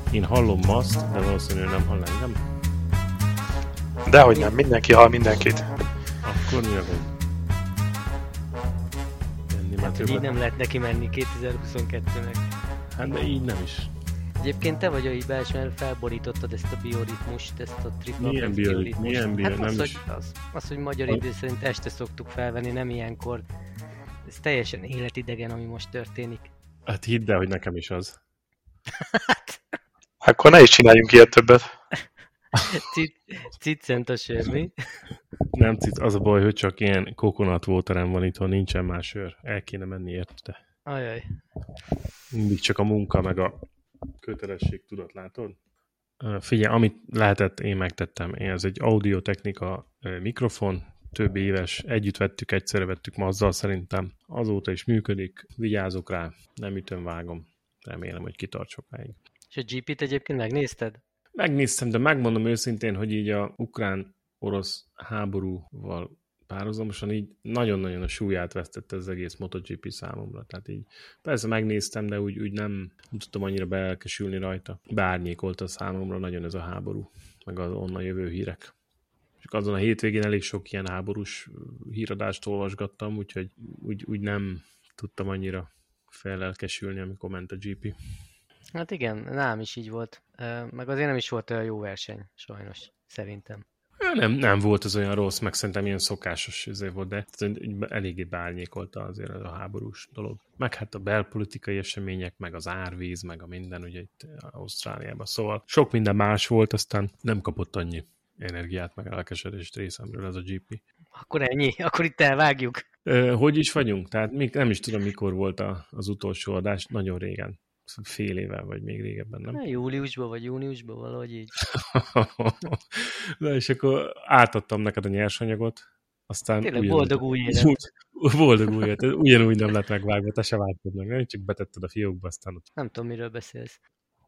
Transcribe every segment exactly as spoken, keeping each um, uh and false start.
Én hallom Maszt, de valószínűleg nem hall engem. Dehogy nem, mindenki hall mindenkit. Akkor mi a gond? Hát, így nem lehet neki menni kétezer-huszonkettőnek. Hát de így nem is. Egyébként te vagy a hibás, mert felborítottad ezt a bioritmust, ezt a tripla milyen bioritmust. Milyen bioritmus? Hát az, nem hogy, is. Az, az, hogy magyar idő szerint este szoktuk felvenni, nem ilyenkor. Ez teljesen életidegen, ami most történik. Hát hidd el, hogy nekem is az. Akkor ne is csináljunk ilyet többet. Ciccent a sör, mi? Nem cic, az a baj, hogy csak ilyen coconut waterem van itthon, nincsen más sör. El kéne menni érte. Ajaj. Mindig csak a munka, meg a kötelesség, tudod, látod? Figyelj, amit lehetett, én megtettem. Én ez egy Audio-Technica mikrofon, több éves, együtt vettük, egyszerre vettük ma azzal szerintem. Azóta is működik, vigyázok rá, nem ütöm, vágom. Remélem, hogy kitart sokáig. És a gé pét egyébként megnézted? Megnéztem, de megmondom őszintén, hogy így a ukrán-orosz háborúval párhuzamosan így nagyon-nagyon a súlyát vesztette az egész MotoGP számomra. Tehát így persze megnéztem, de úgy, úgy nem, nem tudtam annyira beelkesülni rajta. Beárnyékolta számomra nagyon ez a háború, meg az onnan jövő hírek. Csak azon a hétvégén elég sok ilyen háborús híradást olvasgattam, úgyhogy úgy, úgy nem tudtam annyira felelkesülni, amikor ment a gé pé. Hát igen, nálam is így volt. Meg azért nem is volt olyan jó verseny, sajnos, szerintem. Nem, nem volt az olyan rossz, meg szerintem ilyen szokásos azért volt, de eléggé beárnyékolta azért ez a háborús dolog. Meg hát a belpolitikai események, meg az árvíz, meg a minden, ugye itt Ausztráliában. Szóval sok minden más volt, aztán nem kapott annyi energiát, meg elkesedést részemről ez a gé pé. Akkor ennyi, akkor itt elvágjuk. Hogy is vagyunk? Tehát még nem is tudom, mikor volt az utolsó adás, nagyon régen. Fél éve, vagy még régebben, nem? Júliusban, vagy júniusban, valahogy így. Na, és akkor átadtam neked a nyersanyagot, aztán... Tényleg ugyanúgy, boldog új élet. Boldog új élet. Ugyanúgy nem lett megvágva, te se vágtad meg, nem? Csak betetted a fiókba, aztán ott... Nem tudom, miről beszélsz.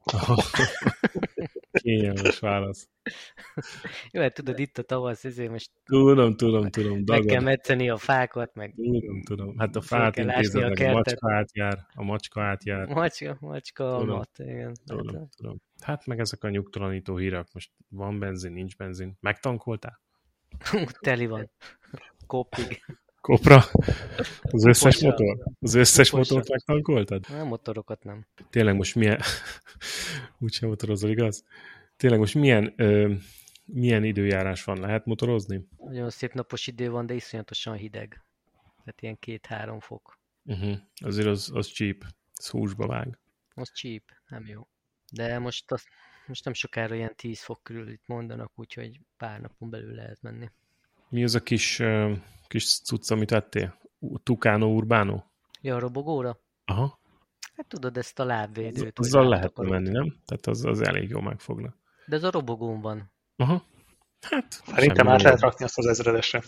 Kényelmes válasz. Jó, hát tudod, itt a tavasz, ezért most... Tudom, tudom, tudom. Dagad. Meg kell metszeni a fákat, meg... Tudom, tudom. Hát a fát intézed, meg a macska átjár, a macska átjár. Macska, macska, tudom, a mat, igen. Tudom, hát, tudom. Hát meg ezek a nyugtalanító hírek, most van benzin, nincs benzin. Megtankoltál? Teli van. Kopig. Kopra? Az összes Koposra. motor? Az összes Koposra. Motort megtankoltad? Nem, motorokat nem. Tényleg most milyen... Úgyse motorozol, igaz? Tényleg most milyen, ö, milyen időjárás van? Lehet motorozni? Nagyon szép napos idő van, de iszonyatosan hideg. Tehát ilyen két-három fok. Uh-huh. Azért az, az cheap. Az húsba vág. Az cheap, nem jó. De most, az, most nem sokára ilyen tíz fok körül itt mondanak, úgyhogy pár napon belül lehet menni. Mi az a kis, uh, kis cucc, amit ettél? Tucano Urbano? Ja, a robogóra? Aha. Hát tudod, ezt a lábvédőt. Az, azzal lehet menni, nem? Tehát az, az elég jól megfogna. De ez a robogón van. Aha. Hát, szerintem át lehet rakni azt az ezredesre.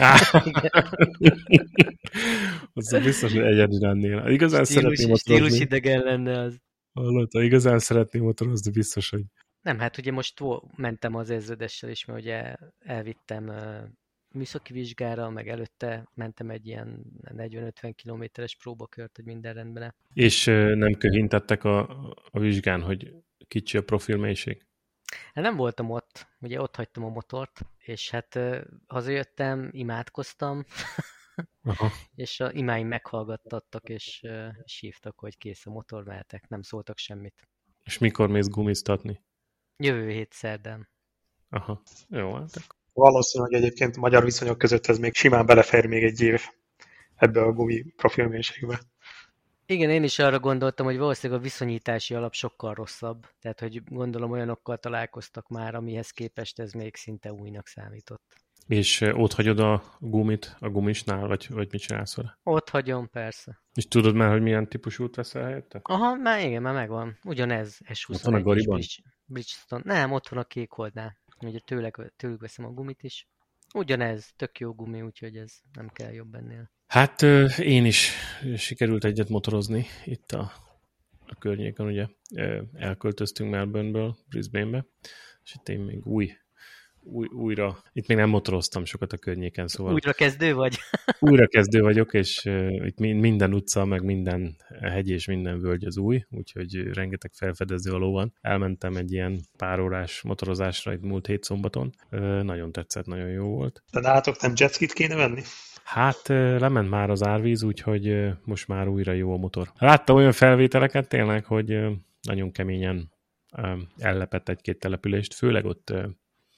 Azzal biztos, hogy egyedül lennél. Igazán stílus, szeretném motorozni. Stílus idegen lenne az. Hallott, ha igazán szeretném motorozni, biztos, hogy... Nem, hát ugye most mentem az ezredessel is, mert ugye elvittem műszaki vizsgára, meg előtte mentem egy ilyen negyven-ötven kilométeres próbakört, hogy minden rendben. És nem köhintettek a, a vizsgán, hogy kicsi a profilmélység? Hát nem voltam ott, ugye ott hagytam a motort, és hát hazajöttem, imádkoztam, aha. És a imáim meghallgattattak, és, és hívtak, hogy kész a motor, mehetek, nem szóltak semmit. És mikor mész gumiztatni? Jövő hét szerdán. Aha, jó, hát. Valószínű, hogy egyébként magyar viszonyok között ez még simán belefér még egy év ebbe a gumi profilmélségbe. Igen, én is arra gondoltam, hogy valószínűleg a viszonyítási alap sokkal rosszabb. Tehát, hogy gondolom olyanokkal találkoztak már, amihez képest ez még szinte újnak számított. És ott hagyod a gumit a gumisnál, vagy, vagy mit csinálsz vele? Ott hagyom, persze. És tudod már, hogy milyen típusút veszel helyette? Aha, már igen, már megvan. Ugyanez, es huszonegy. Ott van a Gariban? Bridgestone. Nem, ott van a Kékholdnál. Ugye tőlük, tőlük veszem a gumit is. Ugyanez, tök jó gumi, úgyhogy ez nem kell jobb ennél. Hát én is sikerült egyet motorozni itt a, a környéken, ugye elköltöztünk Melbourneből Brisbanebe, és itt én még új, új, újra, itt még nem motoroztam sokat a környéken, szóval... Újra kezdő vagy? Újra kezdő vagyok, és uh, itt minden utca, meg minden hegy és minden völgy az új, úgyhogy rengeteg felfedező való van. Elmentem egy ilyen pár órás motorozásra itt múlt hét szombaton. Uh, nagyon tetszett, nagyon jó volt. De nálatok nem jetskit kéne venni? Hát uh, lement már az árvíz, úgyhogy uh, most már újra jó a motor. Láttam olyan felvételeket tényleg, hogy uh, nagyon keményen uh, ellepett egy-két települést, főleg ott uh,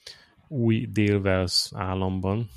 új Dél-Wales államban,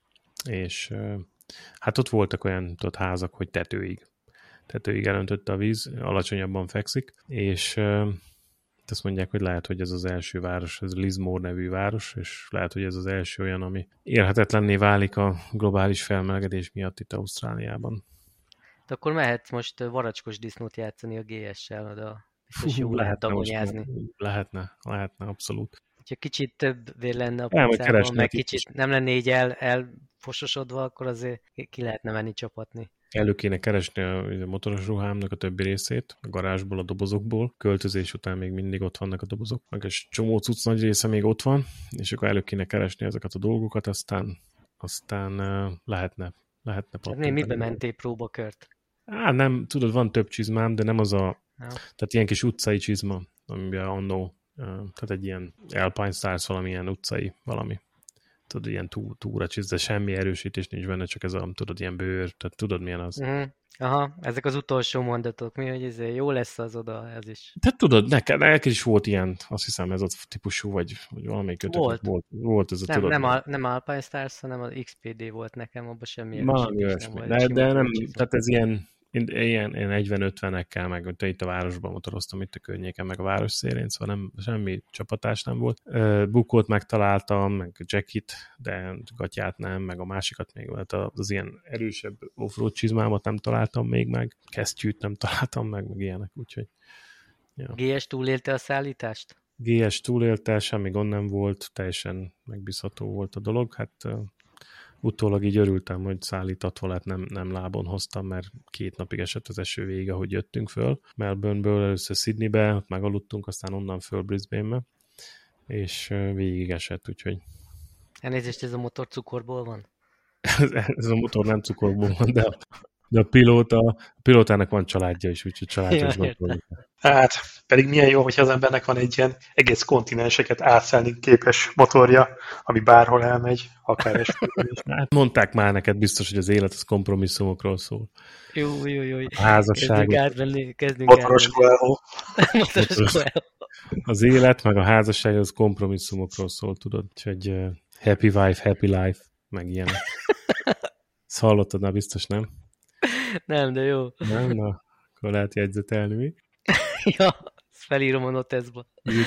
és uh, hát ott voltak olyan tudod, házak, hogy tetőig. Tetőig elöntötte a víz, alacsonyabban fekszik, és uh, azt mondják, hogy lehet, hogy ez az első város, ez Lismore nevű város, és lehet, hogy ez az első olyan, ami élhetetlenné válik a globális felmelegedés miatt itt Ausztráliában. De akkor mehetsz most varacskos disznót játszani a gé es-sel, oda biztos jó lehet dagonyázni. Lehetne, lehetne, abszolút. Ha kicsit több vér lenne a El, picában, meg kicsit nem lenne így el, elfososodva, akkor azért ki lehetne menni csapatni. Elő kéne keresni a motoros ruhámnak a többi részét, a garázsból, a dobozokból. Költözés után még mindig ott vannak a dobozok, meg egy csomó cucc nagy része még ott van, és akkor elő kéne keresni ezeket a dolgokat, aztán, aztán uh, lehetne, lehetne pattintani. Hát miben mentél próbakört? Á, nem, tudod, van több csizmám, de nem az a, ja. Tehát ilyen kis utcai csizma, amiben annó, uh, tehát egy ilyen Alpine Stars valamilyen utcai valami. Tudod, ilyen tú, túra csiz, de semmi erősítés nincs benne, csak ez a, tudod, ilyen bőr, tehát tudod, milyen az. Uh-huh. Aha, ezek az utolsó mondatok, mi, hogy ez jó lesz az oda, ez is. Tehát tudod, neked, neked is volt ilyen, azt hiszem ez a típusú, vagy, vagy valamelyik ötöt. Volt. volt. Volt ez a, nem, tudod. Nem, a, nem Alpine Stars, hanem az iksz pé dé volt nekem, abban semmi erősítés nem volt. De, de nem, tehát ez ilyen, ilyen, ilyen negyven-ötvenekkel, meg itt a városban motoroztam, itt a környéken, meg a város szélén, szóval nem, semmi csapatás nem volt. Bukót megtaláltam, meg jackit, de gatyát nem, meg a másikat még, az, az ilyen erősebb offroad csizmámat nem találtam még meg, kesztyűt nem találtam meg, meg ilyenek, úgyhogy... Ja. gé es túlélte a szállítást? gé es túlélte, semmi gond nem volt, teljesen megbízható volt a dolog, hát... Utólag így örültem, hogy szállítatva lett, nem, nem lábon hoztam, mert két napig esett az eső végig, ahogy jöttünk föl. Melbourneből először Sydneybe, ott megaludtunk, aztán onnan föl Brisbane-be, és végig esett, úgyhogy... Elnézést, ez a motor cukorból van? Ez a motor nem cukorból van, de a, de a pilóta, a pilótának van családja is, úgyhogy családos ja, motor. Hát, pedig milyen jó, hogyha az embernek van egy ilyen egész kontinenseket átszállni képes motorja, ami bárhol elmegy, akár esőben. Hát mondták már neked biztos, hogy az élet az kompromisszumokról szól. Jó, jó, jó. A házasság. Kezdünk átvenni, kezdünk Motoros Coelho. Motoros Coelho. Az élet, meg a házasság az kompromisszumokról szól, tudod? Úgyhogy uh, happy wife, happy life, meg ilyenek. Ezt hallottad, na biztos, nem? Nem, de jó. Nem, na, akkor lehet jegyzetelni még. Ja, ezt felírom a noteszba.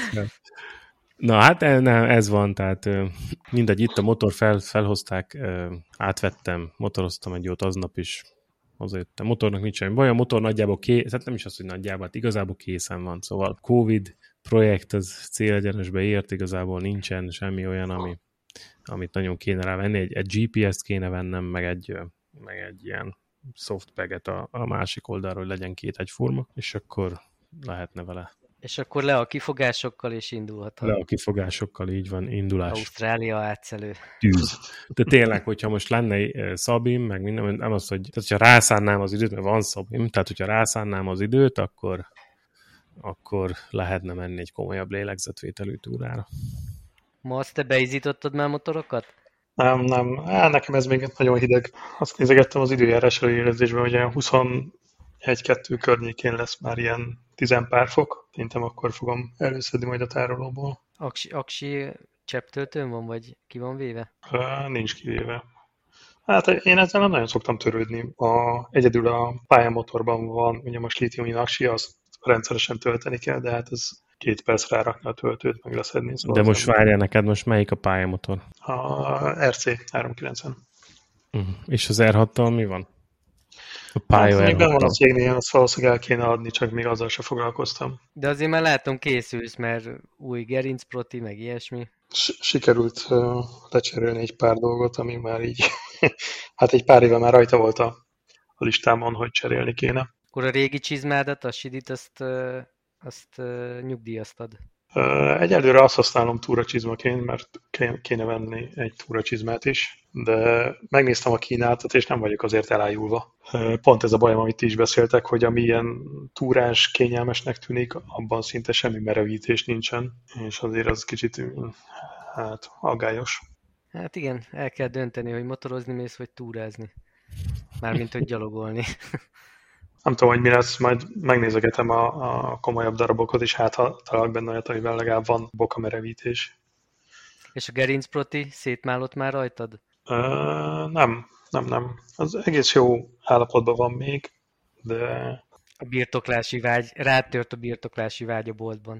Na hát nem, ez van, tehát mindegy, itt a motor fel, felhozták, átvettem, motoroztam egy jót aznap is, azért a motornak nincs semmi baj, a motor nagyjából kész, hát nem is az, hogy nagyjából, hát igazából készen van, szóval Covid projekt az célegyenesbe ért, igazából nincsen semmi olyan, ami, amit nagyon kéne rá venni, egy, egy gé pé es-t kéne vennem, meg egy, meg egy ilyen softpaget a, a másik oldalról, hogy legyen két egyforma, és akkor lehetne vele. És akkor le a kifogásokkal, és indulhat. Le a kifogásokkal, így van, indulás. Ausztrália átszelő. Tűz. De tényleg, hogyha most lenne szabim, meg minden, nem az, hogy tehát, hogyha rászánnám az időt, mert van szabim, tehát hogyha rászánnám az időt, akkor, akkor lehetne menni egy komolyabb lélegzetvételű túrára. Ma azt te beizítottad már motorokat? Nem, nem. Á, nekem ez még nagyon hideg. Azt nézegettem az időjárás előjelzésben, hogy ilyen huszonegy-kettő környékén lesz már ilyen tizen pár fok. Szerintem akkor fogom előszedni majd a tárolóból. Aksi, aksi csepptöltőn van, vagy ki van véve? Uh, nincs kivéve. Hát én ezzel nem nagyon szoktam törődni. A, egyedül a pályamotorban van, ugye most lítium aksi, azt rendszeresen tölteni kell, de hát ez két perc rárakni a töltőt, meg leszedni. Szóval de most várjál neked, most melyik a pályamotor? A er cé háromszázkilencven. Uh-huh. És az er hattal mi van? A pálya hát, még benn van a cégnél, azt valószínűleg el kéne adni, csak még azzal sem foglalkoztam. De azért már látom készülsz, mert új gerincproti, meg ilyesmi. Sikerült uh, lecserélni egy pár dolgot, ami már így, hát egy pár éve már rajta volt a, a listámon, hogy cserélni kéne. Akkor a régi csizmádat, a sidit, azt, uh, azt uh, nyugdíjaztad. Egyelőre azt használom túracsizmaként, mert kéne venni egy túracsizmát is, de megnéztem a kínálatot, és nem vagyok azért elájulva. Pont ez a bajom, amit ti is beszéltek, hogy ami ilyen túrás, kényelmesnek tűnik, abban szinte semmi merevítés nincsen, és azért az kicsit hát aggályos. Hát igen, el kell dönteni, hogy motorozni mész, vagy túrázni. Mármint, hogy gyalogolni. Nem tudom, hogy mi lesz, majd megnézegetem a, a komolyabb darabokat, és hát ha találok benne olyat, amivel legalább van bokamerevítés. És a gerincproti szétmálott már rajtad? Uh, nem, nem, nem. Az egész jó állapotban van még, de... A birtoklási vágy, rátört a birtoklási vágy a boltban.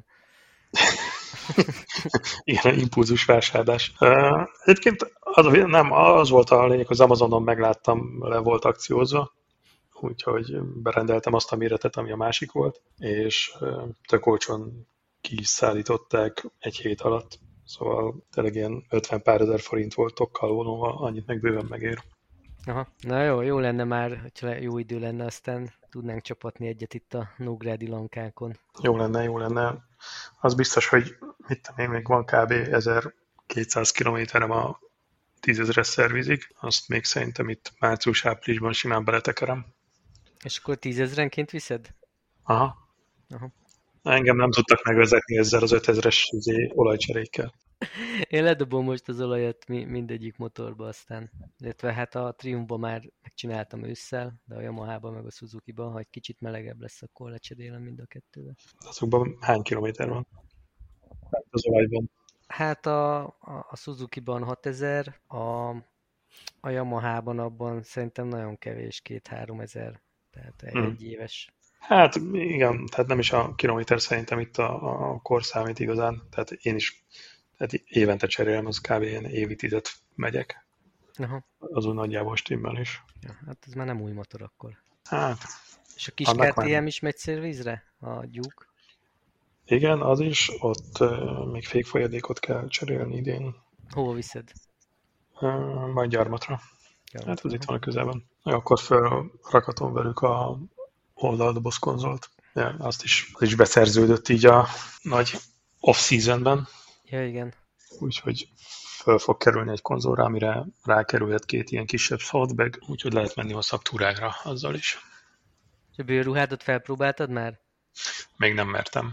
Igen, impulzus vásárlás. Uh, egyébként az, nem, az volt a lényeg, hogy az Amazonon megláttam, le volt akciózva, úgyhogy berendeltem azt a méretet, ami a másik volt, és tök olcsón ki is szállították egy hét alatt. Szóval tényleg ilyen ötven pár ezer forint volt tokkal vonulva, annyit meg bőven megér. Aha. Na jó, jó lenne már, hogyha jó idő lenne, aztán tudnánk csapatni egyet itt a Nógrádi Lankákon. Jó lenne, jó lenne. Az biztos, hogy mit tudom én, még van kb. ezerkétszáz kilométerem a tízezres szervizig, azt még szerintem itt március-áprilisban simán beletekerem. És akkor tízezrenként viszed? Aha. Aha. Engem nem tudtak megvezetni ezzel az ötezres olajcserékkel. Én ledobom most az olajat mindegyik motorba aztán. Illetve hát a Triumphba már megcsináltam ősszel, de a Yamaha-ban meg a Suzuki-ban, ha egy kicsit melegebb lesz, akkor lecserélem mind a kettőbe. Azokban hány kilométer van? Az olajban. Hát a, a, a Suzuki-ban hatezer, a, a Yamaha-ban abban szerintem nagyon kevés, két-három ezer, tehát egy, hmm. egy éves. Hát igen, tehát nem is a kilométer szerintem itt a, a kor számít igazán, tehát én is tehát évente cserélem, az kb. Ilyen évi tizet megyek. Aha. Az úgy nagyjából stimmel is. Ja, hát ez már nem új motor akkor. Hát. És a kis ká té em is megy szervizre? A Duke? Igen, az is, ott uh, még fékfolyadékot kell cserélni idén. Hova viszed? Uh, majd Gyarmatra. Gyarmatra. Hát ez itt van a közelben. Akkor felrakatom velük a oldaldoboz konzolt. Ja, azt is, az is beszerződött így a nagy off-seasonben. Ja, igen. Úgyhogy föl fog kerülni egy konzolra, amire rákerülhet két ilyen kisebb softbag, úgyhogy lehet menni hosszabb túrágra azzal is. És a bőrruhádat felpróbáltad már? Még nem mertem.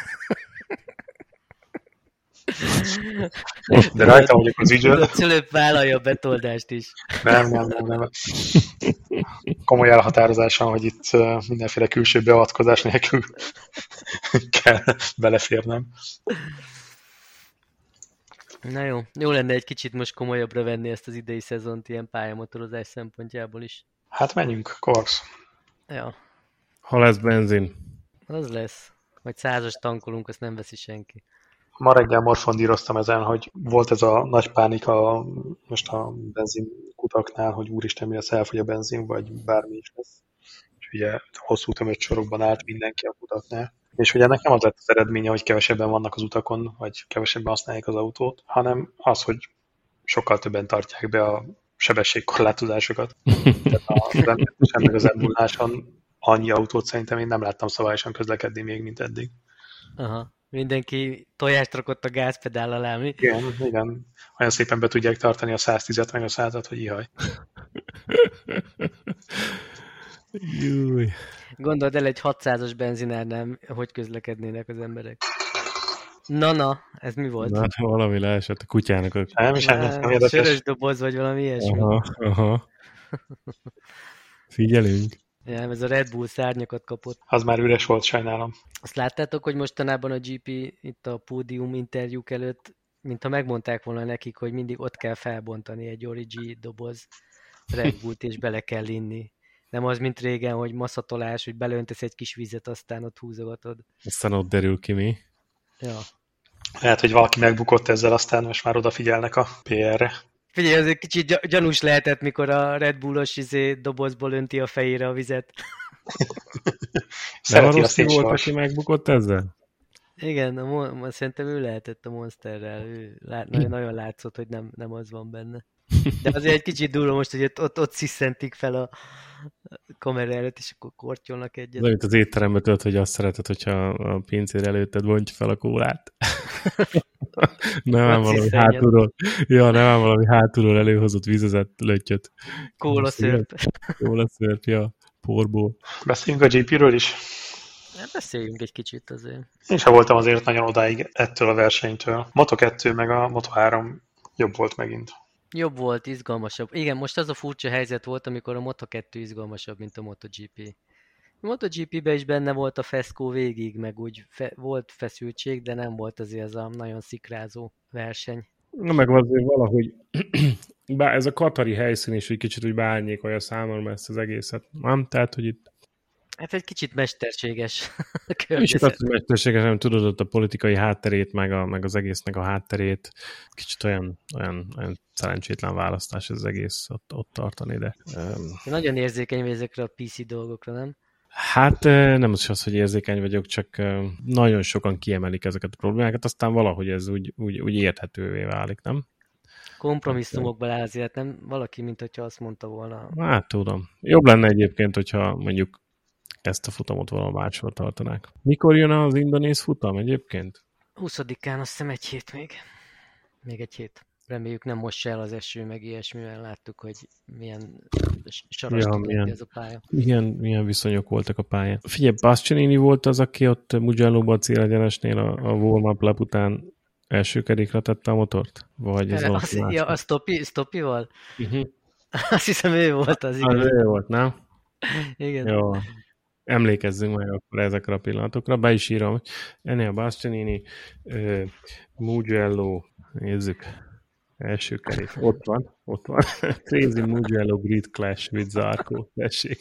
De rajta vagyok az ügyön. A szülőbb vállalja a betoldást is. Nem, nem, nem, nem. Komoly elhatározásom, hogy itt mindenféle külső beavatkozás nélkül kell beleférnem. Na jó, jó lenne egy kicsit most komolyabbra venni ezt az idei szezont ilyen pályamotorozás szempontjából is. Hát menjünk, Korsz. Ja. Ha lesz benzin. Az lesz. Vagy százas tankolunk, azt nem veszi senki. Ma reggel morfondíroztam ezen, hogy volt ez a nagy pánika most a benzinkutaknál, hogy úristen, mi lesz, elfogy a benzin, vagy bármi is lesz. És ugye hosszú tömött sorokban állt mindenki a kutaknál. És ugye ennek nem az lett az eredménye, hogy kevesebben vannak az utakon, vagy kevesebben használják az autót, hanem az, hogy sokkal többen tartják be a sebességkorlátozásokat. Tehát a rendszeresen meg az elmúláson annyi autót szerintem én nem láttam szabályosan közlekedni még, mint eddig. Aha. Mindenki tojást rakott a gázpedál alá, mi? Igen, igen. Olyan szépen be tudják tartani a száztízet meg a százat, hogy ihaj. Júj. Gondold el, egy hatszázas benzinárnál hogy közlekednének az emberek. Na-na, ez mi volt? Na, valami leesett a kutyának. A... Nem is nem érdekes. Sörös doboz, vagy valami ilyesmi. Aha, aha. Figyelünk. Ja, ez a Red Bull szárnyakat kapott. Az már üres volt, sajnálom. Azt láttátok, hogy mostanában a gé pé itt a pódium interjúk előtt, mintha megmondták volna nekik, hogy mindig ott kell felbontani egy Origi doboz Red Bullt, és bele kell inni. Nem az, mint régen, hogy maszatolás, hogy belöntesz egy kis vizet, aztán ott húzogatod. Aztán ott derül ki mi. Ja. Lehet, hogy valaki megbukott ezzel, aztán most már odafigyelnek a pé erre. Figyelj, az egy kicsit gyanús lehetett, mikor a Red Bullos izé dobozból önti a fejére a vizet. Nem a Rossi volt, aki megbukott ezzel? Igen, a Mon- szerintem ő lehetett a Monsterrel. Ő lát, nagyon, nagyon látszott, hogy nem, nem az van benne. De azért egy kicsit durva most, hogy ott, ott, ott sziszentik fel a kamera előtt, és akkor kortyolnak egyet. De mint az étterembe tudod, hogy azt szereted, hogyha a pincér előtted bontja fel a kólát. Nem ám valami hátulról, ja, nem ám valami hátulról előhozott vízezett löttyöt. Kóla szörp. Kóla szörp, ja, porból. Beszéljünk a gé pé-ről is? Ja, beszéljünk egy kicsit azért. Én sem voltam azért nagyon odáig ettől a versenytől. Moto kettő meg a Moto három jobb volt megint. Jobb volt, izgalmasabb. Igen, most az a furcsa helyzet volt, amikor a Moto kettő izgalmasabb, mint a MotoGP. A MotoGP-ben is benne volt a feszkó végig, meg úgy fe- volt feszültség, de nem volt azért ez a nagyon szikrázó verseny. Na meg azért valahogy, bár ez a katari helyszín is egy kicsit úgy beárnyékolja számomra ezt az egészet, nem? Tehát, hogy itt Hát egy kicsit mesterséges nem is az, hogy mesterséges, nem tudod ott a politikai hátterét, meg, a, meg az egésznek a hátterét. Kicsit olyan, olyan, olyan szerencsétlen választás ez az egész ott, ott tartani, de... Um, nagyon érzékeny vagy ezekre a pé cé dolgokra, nem? Hát nem az az, hogy érzékeny vagyok, csak nagyon sokan kiemelik ezeket a problémákat, aztán valahogy ez úgy, úgy, úgy érthetővé válik, nem? Kompromisszumokban áll az élet, nem? Valaki, mint hogyha azt mondta volna. Hát tudom. Jobb lenne egyébként, hogyha mondjuk ezt a futamot valahol máshol tartanák. Mikor jön az indonéz futam egyébként? huszadikán, azt hiszem egy hét még. Még egy hét. Reméljük nem mossa el az eső, meg ilyesmivel láttuk, hogy milyen saras ja, tud milyen, ez a pálya. Milyen, milyen viszonyok voltak a pályán. Figyelj, Bastianini volt az, aki ott Mugello-ban a célegyenesnél a, a warm-up lap után első kerékre tette a motort? Vagy ez az, ja, a Stopi, Stopival? Uh-huh. Azt hiszem ő volt az, igaz. Az ő volt, nem? Igen. Jó. Emlékezzünk meg akkor ezekre a pillanatokra. Be is írom. Ennél Bastianini, uh, Mugello, nézzük. Első kerék. Ott van, ott van. Crazy Mugello Grid Clash with Zarco. Tessék.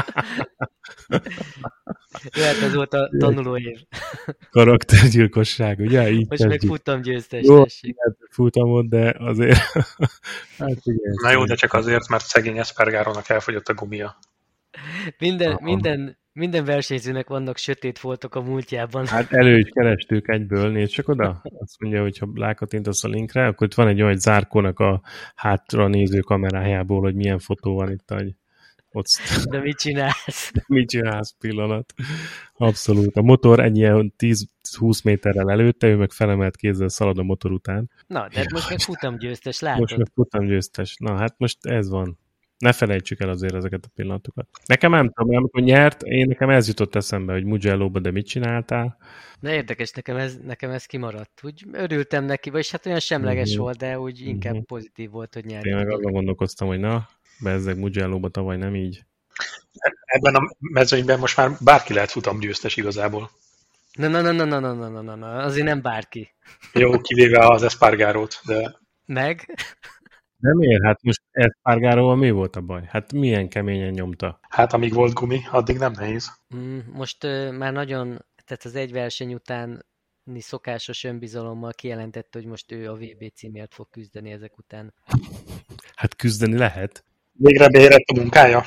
Lehet, ez volt a tanulóév. Karaktergyilkosság, ugye? Így most meg futamgyőztes. Jó, futamot, de azért... hát igen, na jó, de csak azért, mert szegény Espargarónak elfogyott a gumia. Minden, minden, minden versenyzőnek vannak sötét voltak a múltjában. Hát elő is kerestük egyből, nézd csak oda. Azt mondja, hogy ha rákattintasz a linkre, akkor itt van egy olyan Zarkónak a hátra néző kamerájából, hogy milyen fotó van itt, hogy ott... De mit csinálsz? De mit csinálsz pillanat? Abszolút. A motor ennyi tíz-húsz méterrel előtte, ő meg felemelt kézzel szalad a motor után. Na, de most meg futamgyőztes, látod? Most meg futamgyőztes. Na, hát most ez van. Ne felejtsük el azért ezeket a pillanatokat. Nekem nem tudom, amikor nyert, én nekem ez jutott eszembe, hogy Mugello-ba, de mit csináltál? Na érdekes, nekem ez, nekem ez kimaradt. Úgy örültem neki, vagyis hát olyan semleges uh-huh. volt, de úgy inkább uh-huh. pozitív volt, hogy nyert. Én meg azon gondolkoztam, hogy na, bezzeg Mugello-ba tavaly nem így. Ebben a mezőnyben most már bárki lehet futamgyőztes igazából. Na, na, na, na, na, na, na, na, na, azért nem bárki. Jó, kivéve az Espargarót, de... Meg? De miért? Hát most Espargaróval mi volt a baj? Hát milyen keményen nyomta? Hát amíg volt gumi, addig nem nehéz. Most uh, már nagyon, tehát az egy verseny után szokásos önbizalommal kijelentette, hogy most ő a vé bé címért fog küzdeni ezek után. Hát küzdeni lehet. Végre beérett a munkája.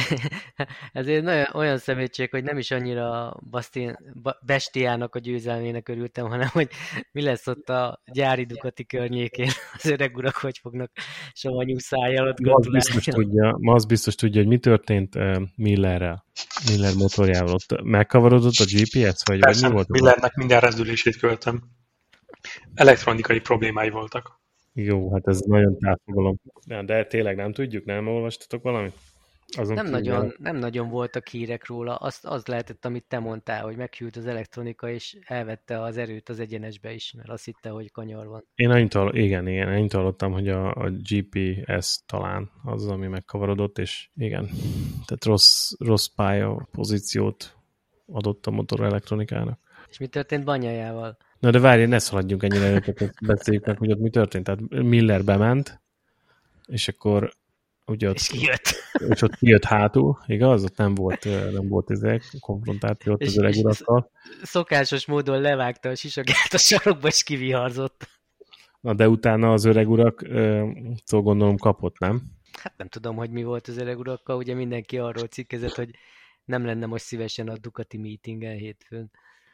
Ezért nagyon, olyan szemétség, hogy nem is annyira Bastien, Bestiának a győzelmének örültem, hanem hogy mi lesz ott a gyári Ducati környékén, az öreg urak hogy fognak savanyú szájjal ott gratulálni. Ma az biztos tudja, ma az biztos tudja, hogy mi történt uh, Millerrel, Miller motorjával. Ott megkavarodott a gé pé es? Vagy, Persze, vagy mi volt? Millernek minden rezdülését költem. Elektronikai problémái voltak. Jó, hát ez nagyon távfogalom. De, de tényleg nem tudjuk, nem olvastatok valamit? Azon nem, nagyon, nem nagyon voltak hírek róla, azt, az lehetett, amit te mondtál, hogy meghűlt az elektronika, és elvette az erőt az egyenesbe is, mert azt hitte, hogy kanyar van. Én annyit hall, igen, igen, annyit hallottam, hogy a, a gé pé es talán az, ami megkavarodott, és igen, tehát rossz, rossz pálya pozíciót adott a motor elektronikának. És mi történt Banyajával? Na de várj, ne szaladjunk ennyire előtt, beszéljük meg, hogy ott mi történt. Tehát Miller bement, és akkor ugye ott, és kijött. És ott kijött hátul, igaz? Ott nem volt, nem volt ezek konfrontáció ott az öreg urakkal. Szokásos módon levágta a sisakát a sarokba, és kiviharzott. Na de utána az öreg urak, szóval gondolom kapott, nem? Hát nem tudom, hogy mi volt az öreg urakkal, ugye mindenki arról cikkezett, hogy nem lenne most szívesen a Ducati meetingen hétfőn.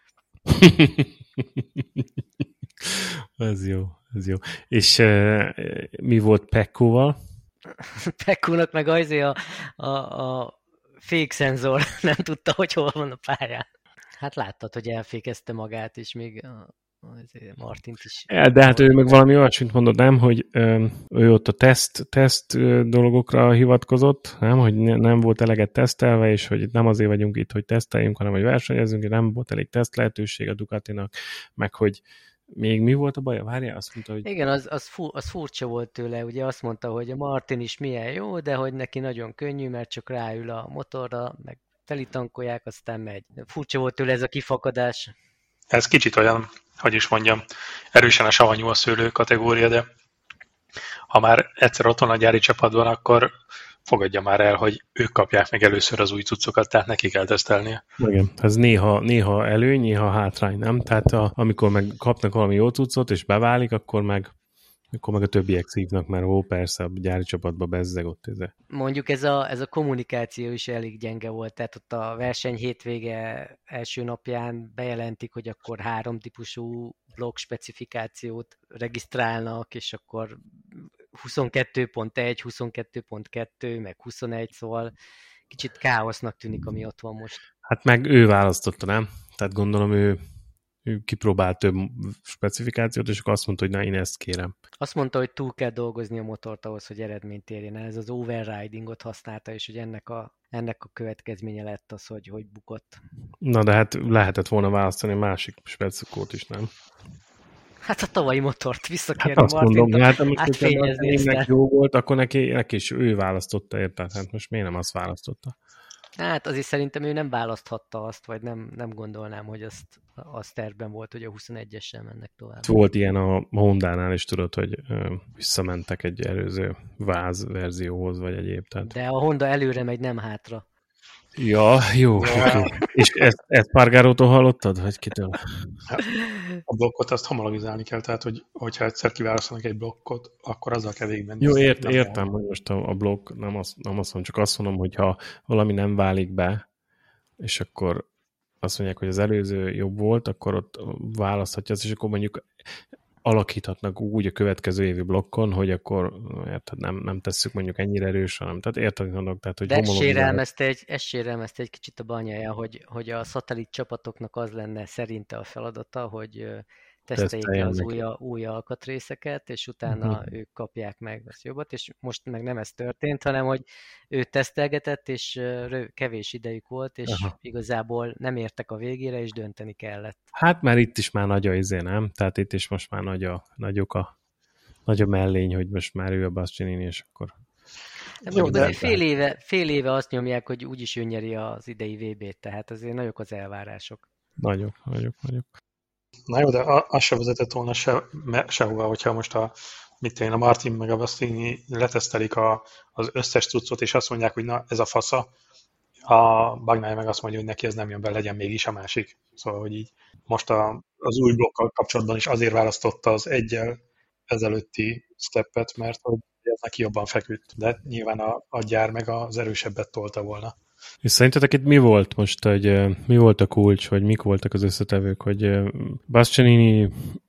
Ez jó, ez jó. És uh, mi volt Peccoval? Peccónak meg azért a, a, a fékszenzor nem tudta, hogy hol van a pályán. Hát láttad, hogy elfékezte magát, és még a, Martint is. De hát ő meg valami olyasmit mondott, nem, hogy ö, ő ott a teszt, teszt dolgokra hivatkozott, nem, hogy ne, nem volt eleget tesztelve, és hogy nem azért vagyunk itt, hogy teszteljünk, hanem hogy versenyezünk, és nem volt elég teszt lehetőség a Ducatinak, meg hogy még mi volt a baja? Várjál, azt mondta, hogy... Igen, az, az, fu, az furcsa volt tőle, ugye azt mondta, hogy a Martin is milyen jó, de hogy neki nagyon könnyű, mert csak ráül a motorra, meg telitankolják, aztán megy. Furcsa volt tőle ez a kifakadás. Ez kicsit olyan, hogy is mondjam, erősen a savanyú a szőlő kategória, de ha már egyszer ott van a gyári csapatban, akkor fogadja már el, hogy ők kapják meg először az új cuccokat, tehát neki kell tesztelnie. Igen, ez néha, néha előny, néha hátrány, nem? Tehát a, amikor meg kapnak valami jó cuccot, és beválik, akkor meg, akkor meg a többiek szívnak, mert ó, persze, a gyári csapatba bezzeg ott. Ez. Mondjuk ez a, ez a kommunikáció is elég gyenge volt, tehát ott a verseny hétvége első napján bejelentik, hogy akkor három típusú blokk specifikációt regisztrálnak, és akkor huszonkettő pont egy, huszonkettő pont kettő, meg huszonegy, szóval kicsit káosznak tűnik, ami ott van most. Hát meg ő választotta, nem? Tehát gondolom ő, ő kipróbált több specifikációt, és akkor azt mondta, hogy na, én ezt kérem. Azt mondta, hogy túl kell dolgozni a motort ahhoz, hogy eredményt érjen el. Ez az overridingot használta, és hogy ennek a, ennek a következménye lett az, hogy, hogy bukott. Na, de hát lehetett volna választani a másik specifikót is, nem? Hát a tavalyi motort visszakérni hát Martint, hát most átfényezni. Neki jó volt, akkor neki, neki is ő választotta, érted? Hát most miért nem azt választotta? Hát azért szerintem ő nem választhatta azt, vagy nem, nem gondolnám, hogy azt, az tervben volt, hogy a huszonegyessel mennek tovább. Volt ilyen a Hondánál is, tudod, hogy ö, visszamentek egy előző váz verzióhoz, vagy egyéb. Tehát... De a Honda előre megy, nem hátra. Ja, jó. Ja. Okay. És ezt, ezt Pargárótól hallottad, vagy kitől? A blokkot azt homologizálni kell, tehát hogy, hogyha egyszer kiválasztanak egy blokkot, akkor azzal kell végigmenni. Jó, ért, értem, hogy most a, a blokk, nem azt, nem azt mondom, csak azt mondom, hogyha valami nem válik be, és akkor azt mondják, hogy az előző jobb volt, akkor ott választhatja azt, és akkor mondjuk alakíthatnak úgy a következő évi blokkon, hogy akkor érted, nem, nem tesszük mondjuk ennyire erős, hanem tehát érted, mondok, tehát hogy de ez sérelmezte egy, ez sérelmezte egy kicsit a banyaja, hogy, hogy a szatellit csapatoknak az lenne szerinte a feladata, hogy teszteljék le az új, új alkatrészeket, és utána uh-huh. ők kapják meg az jobbat, és most meg nem ez történt, hanem hogy ő tesztelgetett, és kevés idejük volt, és Aha. igazából nem értek a végére, és dönteni kellett. Hát már itt is már nagy a izé, nem? Tehát itt is most már nagy a, nagyok a, nagy a mellény, hogy most már ő a Bastianini, és akkor... De mondjuk de azért fél éve, fél éve azt nyomják, hogy úgyis ő nyeri az idei vé bét, tehát azért nagyok az elvárások. Nagyok, nagyok, nagyok. Na jó, de az se vezetett volna se, sehova, hogyha most a, mit én, a Martin meg a Bastianini letesztelik a, az összes cuccot, és azt mondják, hogy na, ez a fasza, a Bagnaia meg azt mondja, hogy neki ez nem jön be, legyen mégis a másik. Szóval, hogy így most a, az új blokkal kapcsolatban is azért választotta az egyel ezelőtti steppet, mert hogy ez neki jobban feküdt, de nyilván a, a gyár meg az erősebbet tolta volna. És szerintetek itt mi volt most, hogy mi volt a kulcs, hogy mik voltak az összetevők, hogy Bastianini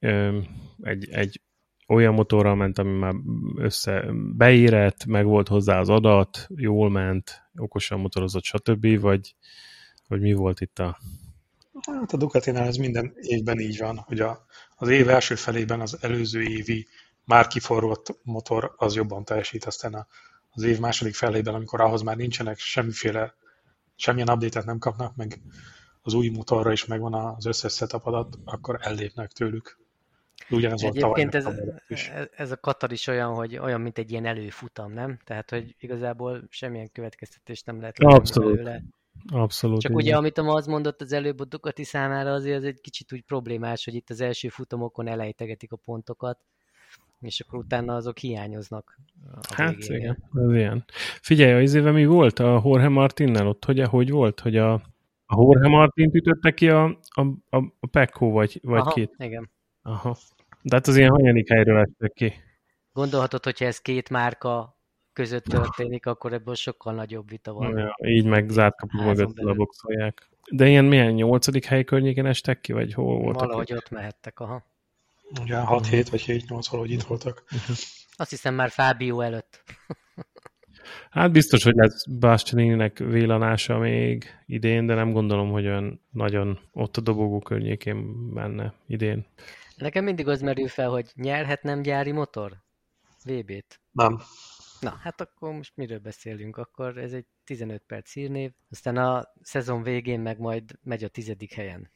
egy, egy olyan motorral ment, ami már össze beérett, meg volt hozzá az adat, jól ment, okosan motorozott, stb., vagy, vagy mi volt itt a... Hát a Ducatinál ez minden évben így van, hogy a, az év első felében az előző évi már kiforrott motor az jobban teljesít, aztán a, az év második felében, amikor ahhoz már nincsenek semmiféle, semmilyen update-et nem kapnak, meg az új motorra is megvan az összes setup adat, akkor ellépnek tőlük. Ugyanez volt tavaly. Ez, ez a Katar is olyan, hogy olyan, mint egy ilyen előfutam, nem? Tehát, hogy igazából semmilyen következtetést nem lehet levonni belőle. Abszolút. Csak ugye, amit az mondott az előbb a Ducati számára, azért az egy kicsit úgy problémás, hogy itt az első futamokon elejtegetik a pontokat, és akkor utána azok hiányoznak a hát igen, ez ilyen. Figyelj, az éve mi volt a Jorge Martinnel ott? Hogy, hogy volt, hogy a, a Jorge Martint ütötte ki a, a, a, a Pecco, vagy, vagy Aha, két? igen. Aha. De hát az ilyen hanyadik helyről estek ki. Gondolhatod, hogyha ez két márka között történik, akkor ebből sokkal nagyobb vita van. Ja, így meg zárt kapu mögött leboxolják. De ilyen milyen nyolcadik hely környéken estek ki, vagy hol voltak? Valahogy ott mehettek, aha. Ugye hat hét vagy hét nyolc valahogy itt voltak. Azt hiszem már Fábio előtt. Hát biztos, hogy lesz Bastianininek vélanása még idén, de nem gondolom, hogy olyan nagyon ott a dobogó környékén menne idén. Nekem mindig az merül fel, hogy nyerhet nem gyári motor? vé bét. Nem. Na, hát akkor most miről beszélünk? Akkor ez egy tizenöt perc hírnév, aztán a szezon végén meg majd megy a tizedik helyen.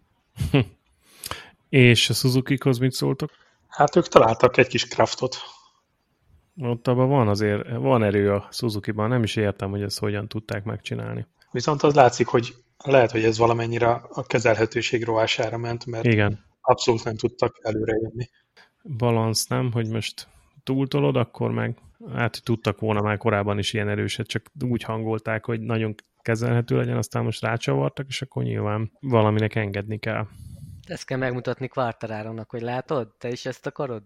És a Suzuki-hoz mit szóltok? Hát ők találtak egy kis craftot. Ott abban van azért, van erő a Suzuki-ban, nem is értem, hogy ezt hogyan tudták megcsinálni. Viszont az látszik, hogy lehet, hogy ez valamennyire a kezelhetőség rovására ment, mert Igen. abszolút nem tudtak előre jönni. Balansz nem, hogy most túltolod, akkor meg hát tudtak volna már korábban is ilyen erőset, csak úgy hangolták, hogy nagyon kezelhető legyen, aztán most rácsavartak, és akkor nyilván valaminek engedni kell. Ezt kell megmutatni Quartararonak, hogy látod? Te is ezt akarod?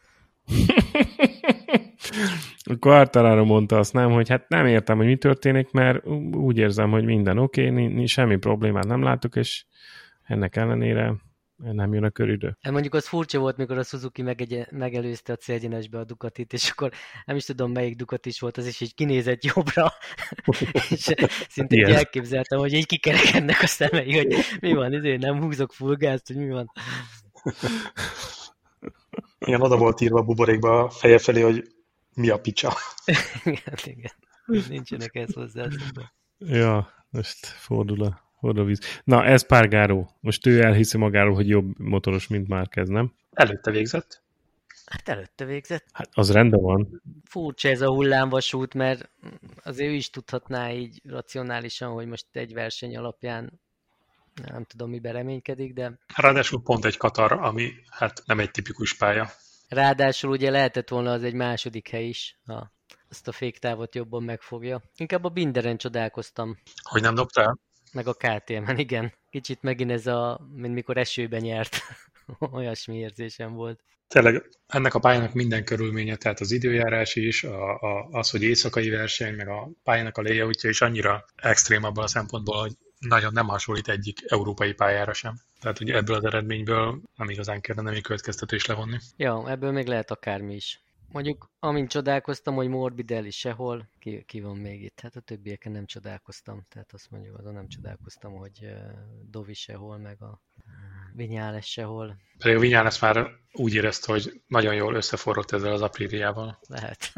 A Quartararo mondta azt nem, hogy hát nem értem, hogy mi történik, mert úgy érzem, hogy minden oké, okay, semmi problémát nem látok, és ennek ellenére nem jön a körülő. Hát mondjuk az furcsa volt, mikor a Suzuki megegy- megelőzte a célgyenesbe a Ducatit, és akkor nem is tudom, melyik Ducati is volt, az is így kinézett jobbra, és szinte így elképzeltem, hogy így kikerekednek a szemei, hogy mi van, ezért nem húzok full gázt, hogy mi van. Igen, oda volt írva a buborékba a feje felé, hogy mi a picsa. igen, igen. Nincsenek ezt hozzá. Ja, most fordul a, fordul a víz. Na, ez Espargaró. Most ő elhiszi magáról, hogy jobb motoros, mint Márquez, nem? Előtte végzett. Hát előtte végzett. Hát az rendben van. Furcsa ez a hullámvasút, mert azért ő is tudhatná így racionálisan, hogy most egy verseny alapján nem tudom, miben reménykedik, de... Ráadásul pont egy Katar, ami hát nem egy tipikus pálya. Ráadásul ugye lehetett volna az egy második hely is, ha ezt a féktávot jobban megfogja. Inkább a Binderen csodálkoztam. Hogy nem dobtál? Meg a ká té em-en, igen. Kicsit megint ez a, mint mikor esőben nyert. Olyasmi érzésem volt. Tényleg ennek a pályának minden körülménye, tehát az időjárás is, a, a, az, hogy éjszakai verseny, meg a pályának a layoutja is annyira extrém abban a szempontból, hogy nagyon nem hasonlít egyik európai pályára sem. Tehát ugye ebből az eredményből nem igazán kellene még következtetés levonni. Ja, ebből még lehet akármi is. Mondjuk, amint csodálkoztam, hogy Morbidelli sehol, ki, ki van még itt? Hát a többieken nem csodálkoztam. Tehát azt mondjuk, azon nem csodálkoztam, hogy uh, Dovi sehol, meg a Vinyales sehol. Pedig a Vinyales már úgy érezte, hogy nagyon jól összeforrott ezzel az Apriliával. Lehet.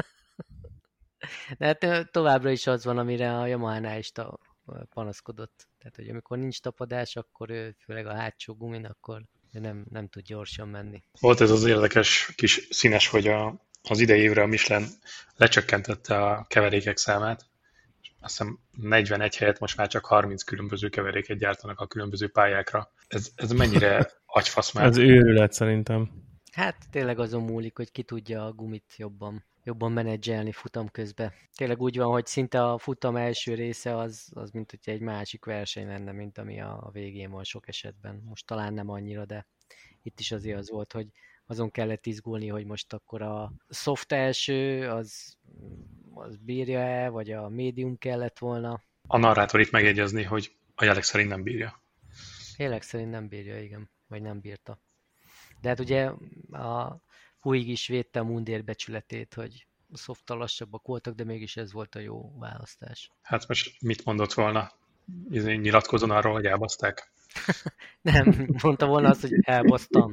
De hát továbbra is az van, amire a Yamaha-nál is ta- panaszkodott. Tehát, hogy amikor nincs tapadás, akkor ő, főleg a hátsó gumin, akkor ő nem, nem tud gyorsan menni. Volt ez az érdekes kis színes, hogy a, az idei évre a Michelin lecsökkentette a keverékek számát. Azt hiszem negyvenegy helyett most már csak harminc különböző keveréket gyártanak a különböző pályákra. Ez, ez mennyire agyfasz már? Ez őrület szerintem. Hát tényleg azon múlik, hogy ki tudja a gumit jobban, jobban menedzselni futam közben. Tényleg úgy van, hogy szinte a futam első része az, az mint hogy egy másik verseny lenne, mint ami a, a végén van sok esetben. Most talán nem annyira, de itt is azért az volt, hogy azon kellett izgulni, hogy most akkor a soft első, az, az bírja-e, vagy a médium kellett volna. A narrátor itt megjegyezni, hogy a jelek szerint nem bírja. Jelek szerint nem bírja, igen. Vagy nem bírta. De hát ugye a Puig is védte a mundér becsületét, hogy a softal lassabbak voltak, de mégis ez volt a jó választás. Hát most mit mondott volna? Nyilatkozon arról, hogy elbaszták? Nem, mondta volna azt, hogy elbasztam.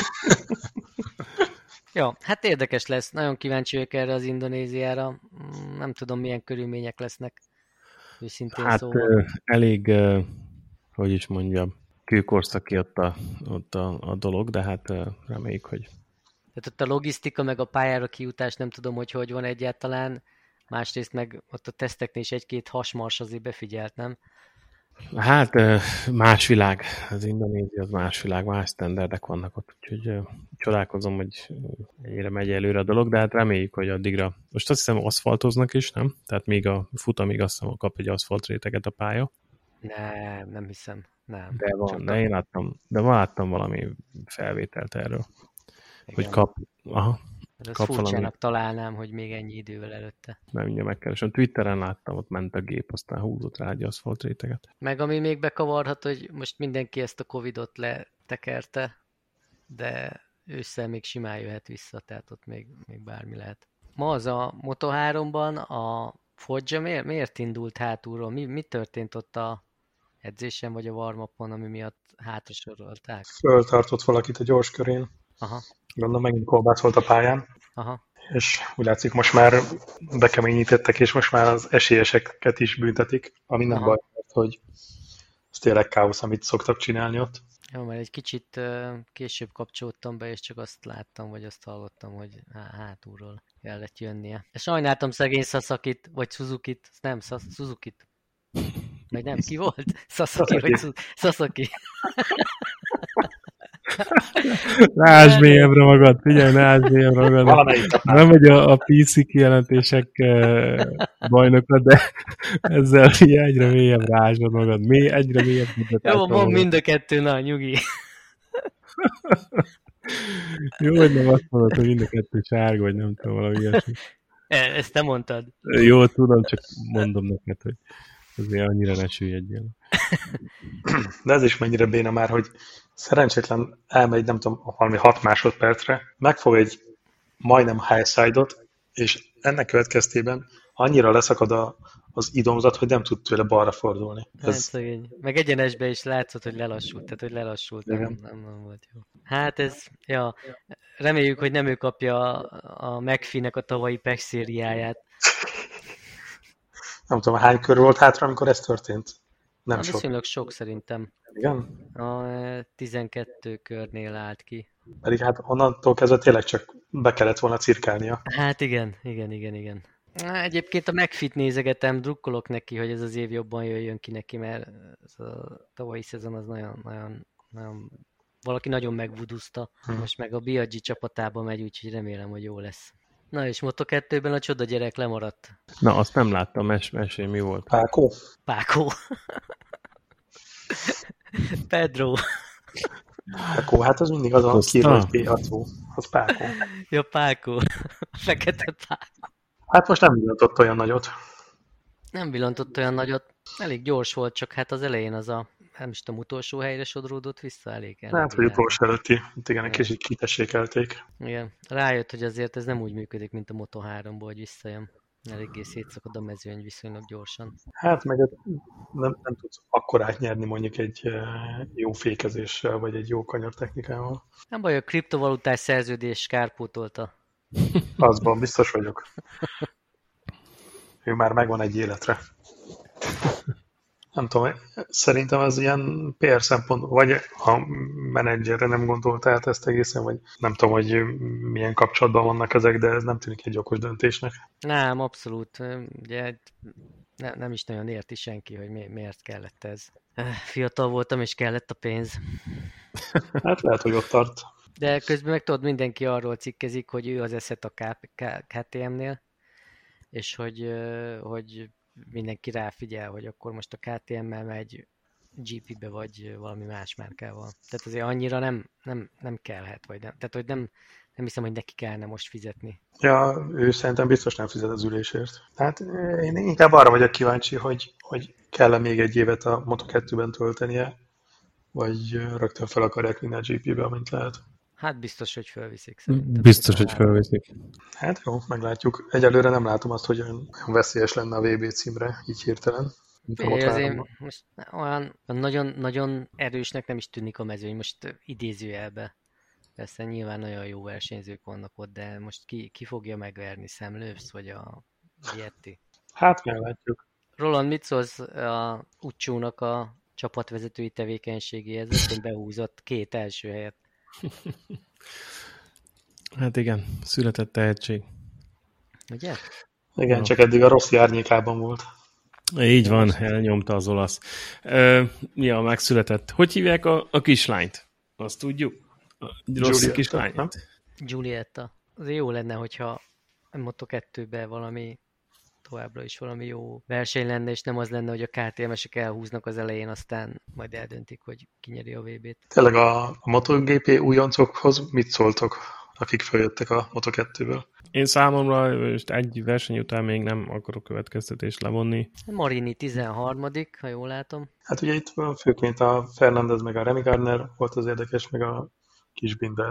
Jó, hát érdekes lesz. Nagyon kíváncsi vagyok erre az Indonéziára. Nem tudom, milyen körülmények lesznek. Őszintén Hát szóval. elég, hogy is mondjam, kőkorszaki ott a, ott a, a dolog, de hát reméljük, hogy... Tehát ott a logisztika, meg a pályára kijutás nem tudom, hogy hogy van egyáltalán. Másrészt meg ott a teszteknél is egy-két hasmars azért befigyelt, nem? Hát más világ, az Indonézia az más világ, más standardek vannak ott, úgyhogy csodálkozom, hogy ennyire megy előre a dolog, de hát reméljük, hogy addigra. Most azt hiszem aszfaltoznak is, nem? Tehát még a futamig azt hiszem kap egy aszfaltréteget a pálya. Nem, nem hiszem. Nem. De van, Csak de a... én láttam, de láttam valami felvételt erről, Igen. hogy kap, aha. Ez Kap furcsának valami. találnám, hogy még ennyi idővel előtte. Nem, mindjárt megkeresem. Twitteren láttam, ott ment a gép, aztán húzott rá egy aszfalt réteget. Meg ami még bekavarhat, hogy most mindenki ezt a Covidot letekerte, de ősszel még simán jöhet vissza, tehát ott még, még bármi lehet. ma az a Moto háromban a Foggia miért, miért indult hátulról? Mi, mi történt ott a edzésen vagy a warm-upon, ami miatt hátra sorolták? Föltartott valakit a gyors körén. Aha, Gondolom megint kolbászolt a pályán. aha. És úgy látszik, most már bekeményítettek, és most már az esélyeseket is büntetik, ami nem Aha. baj, mert hogy ez tényleg káosz, amit szoktak csinálni ott. Jó, mert egy kicsit uh, később kapcsoltam be, és csak azt láttam, vagy azt hallottam, hogy há- hátulról kellett jönnie. És sajnáltam szegény Sasakit, vagy Suzukit, nem, Sas- Suzukit. Vagy nem, ki volt? Sasaki, vagy Su- Sasaki. Ne ásd mélyebbre magad, figyelj, ne ásd mélyebbre magad. Valamelyik Nem vagy a, a pé cé kijelentések uh, bajnoka, de ezzel figyelj, egyre mélyebbre ásd magad. Mély, egyre mélyebb Jó, mond mind a kettő, na, nyugi. Jó, hogy nem azt mondod, hogy mind a kettő sárga, vagy nem tudom, valami ilyesmi. E- Ezt te mondtad. Jó, tudom, csak mondom neked, hogy azért annyira ne süllyedjél. De ez is mennyire béna már, hogy szerencsétlen elmegy, nem tudom, valami hat másodpercre, megfog egy majdnem high side-ot, és ennek következtében annyira leszakad a, az idomzat, hogy nem tud tőle balra fordulni. Hát Ez, szegény. Meg egyenesbe is látszott, hogy lelassult, tehát hogy lelassult, nem, Igen. nem, nem volt jó. Hát ez, ja, reméljük, hogy nem ő kapja a, a McPhee-nek a tavalyi Pech szériáját. nem tudom, hány kör volt hátra, amikor ez történt? Nem Na, sok. viszonylag sok szerintem. Igen? A e, tizenkettő körnél állt ki. Pedig hát onnantól kezdve tényleg csak be kellett volna cirkálnia. Hát igen, igen, igen, igen. Na, egyébként a McFit nézegetem, drukkolok neki, hogy ez az év jobban jöjjön ki neki, mert ez a tavalyi szezon az nagyon, nagyon, nagyon valaki nagyon megvuduzta. Hm. Most meg a Biaggi csapatába megy, úgyhogy remélem, hogy jó lesz. Na és Moto kettőben a csoda gyerek lemaradt. Na, azt nem láttam, mes mesélj, mi volt? Pákó? Pákó. Pedro. Pákó, hát az mindig az a Costa? kirajti arcú. Az Pákó. Ja, Pákó. Fekete Pákó. Hát most nem mutatott olyan nagyot. Nem villantott olyan nagyot. Elég gyors volt, csak hát az elején az a, nem is tudom, utolsó helyre sodródott vissza elég. elég Hát, hogy utolsó előtti. Itt igen, egy kicsit kitessékelték. Igen. Rájött, hogy azért ez nem úgy működik, mint a Moto háromból, hogy visszajön. Eléggé szétszakad a mezőny viszonylag gyorsan. Hát meg nem, nem tudsz akkorát nyerni mondjuk egy eh, jó fékezéssel, vagy egy jó kanyartechnikával. Nem baj, a kriptovalutás szerződés kárpótolta. Azban biztos vagyok. Ő már megvan egy életre. Nem tudom, szerintem ez ilyen pé er szempont, vagy a menedzserre nem gondolta át ezt egészen, vagy nem tudom, hogy milyen kapcsolatban vannak ezek, de ez nem tűnik egy okos döntésnek. Nem, abszolút. Ugye ne, nem is nagyon érti senki, hogy mi, miért kellett ez. Fiatal voltam, és kellett a pénz. Hát lehet, hogy ott tart. De közben meg tudod, mindenki arról cikkezik, hogy ő az eszet a ká té em-nél, és hogy, hogy mindenki ráfigyel, hogy akkor most a ká té em-mel megy gé pé-be, vagy valami más márkával. Tehát azért annyira nem, nem, nem kellhet, vagy nem. Tehát, hogy nem, nem hiszem, hogy neki kellene most fizetni. Ja, ő szerintem biztos nem fizet az ülésért. Hát én inkább arra vagyok kíváncsi, hogy, hogy kell-e még egy évet a Moto kettőben töltenie, vagy rögtön fel akarják vinni a gé pé-be, amint lehet. Hát biztos, hogy fölviszik szerintem. Biztos, hogy felviszik. Hát jó, meglátjuk. Egyelőre nem látom azt, hogy olyan veszélyes lenne a vé bé címre, így hirtelen. É, azért most olyan nagyon, nagyon erősnek nem is tűnik a mezőny, most idézőjelbe. Persze nyilván nagyon jó versenyzők vannak ott, de most ki, ki fogja megverni, Sam Lewis vagy a Vietti? Hát meglátjuk. Roland, mit szólsz a Ucsónak a csapatvezetői tevékenységéhez, hogy behúzott két első helyet? Hát igen, született tehetség. Ugye? Igen, Ja. csak eddig a rossz árnyékában volt. Így van, elnyomta az olasz. Ö, ja, megszületett. Hogy hívják a, a kislányt? Azt tudjuk? A rossz Giulietta, kislányt? nem? Giulietta. Azért jó lenne, hogyha a Moto kettőben valami továbbra is valami jó verseny lenne, és nem az lenne, hogy a ká té em-esek elhúznak az elején, aztán majd eldöntik, hogy ki nyeri a vé bét. Tényleg a, a MotoGP újoncokhoz mit szóltok, akik feljöttek a Moto kettőből? Én számomra most egy verseny után még nem akarok következtetést levonni. Marini tizenharmadik, ha jól látom. Hát ugye itt főként a Fernandez meg a Remy Gardner volt az érdekes, meg a kis Binder.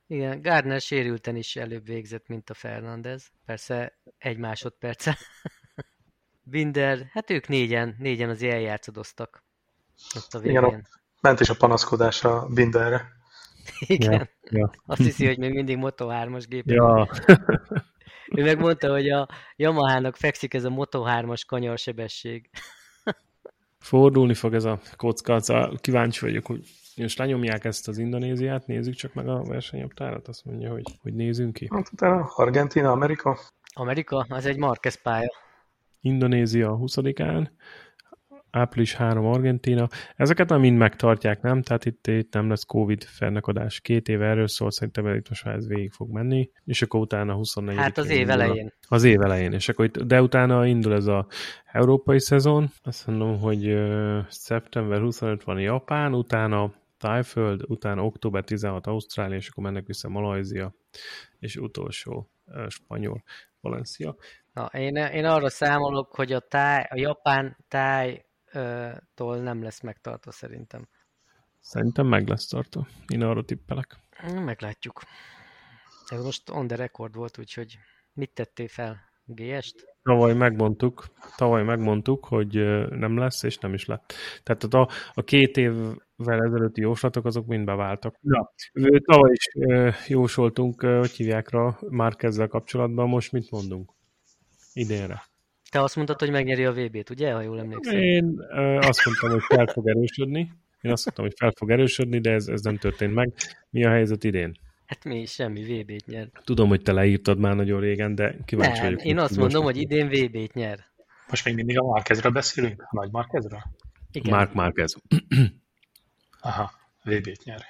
Igen, Gardner sérülten is előbb végzett, mint a Fernández. Persze egy másodperce. Binder, hát ők négyen, négyen azért eljátszadoztak ott a végén. Igen, ott ment is a panaszkodás a Binderre. Igen. Ja, ja. Azt hiszi, hogy még mindig Moto hármas gépen. Ja. Ő megmondta, hogy a Yamahának fekszik ez a Moto hármas kanyarsebesség. Fordulni fog ez a kocka, szóval kíváncsi vagyok, hogy most lenyomják ezt az Indonéziát, nézzük csak meg a versenyoptárat, azt mondja, hogy, hogy nézzünk ki. Hát utána Argentina, Amerika. Amerika, az egy Marquez pálya. Indonézia a huszadikán, április harmadika Argentína. Ezeket már mind megtartják, nem? Tehát itt, itt nem lesz Covid fennakadás. Két éve erről szól, szerintem itt most már ez végig fog menni. És akkor utána huszonnegyedikén Hát az év elején. Az év elején. És akkor itt, de utána indul ez az európai szezon. Azt mondom, hogy uh, szeptember huszonötödike van Japán, utána Tájföld, utána október tizenhatodika Ausztrália, és akkor mennek vissza Malajzia, és utolsó uh, spanyol Valencia. Na, én, én arra számolok, hogy a, táj, a japán tájtól nem lesz megtartva szerintem. Szerintem meg lesz tartva. Én arra tippelek. Meglátjuk. Ez most on the record volt, úgyhogy mit tettél fel? gé est? Tavaly megmondtuk, tavaly megmondtuk, hogy nem lesz, és nem is lett. Tehát a, a két évvel ezelőtti jóslatok, azok mind beváltak. Ja. Tavaly is jósoltunk, hogy hívják rá Márquezzel kapcsolatban, most mit mondunk? Idénre. Te azt mondtad, hogy megnyeri a vé bét, ugye? Ha jól emlékszem. Én azt mondtam, hogy fel fog erősödni. Én azt mondtam, hogy fel fog erősödni, de ez, ez nem történt meg. Mi a helyzet idén? Hát mi is, semmi, vé bét nyer. Tudom, hogy te leírtad már nagyon régen, de kíváncsi nem, vagyok. Én azt mondom, hogy idén vé bét nyer. Most még mindig a Márquezről beszélünk? A nagy Márquezről? Igen. Marc Márquez. Aha, vé bét nyer.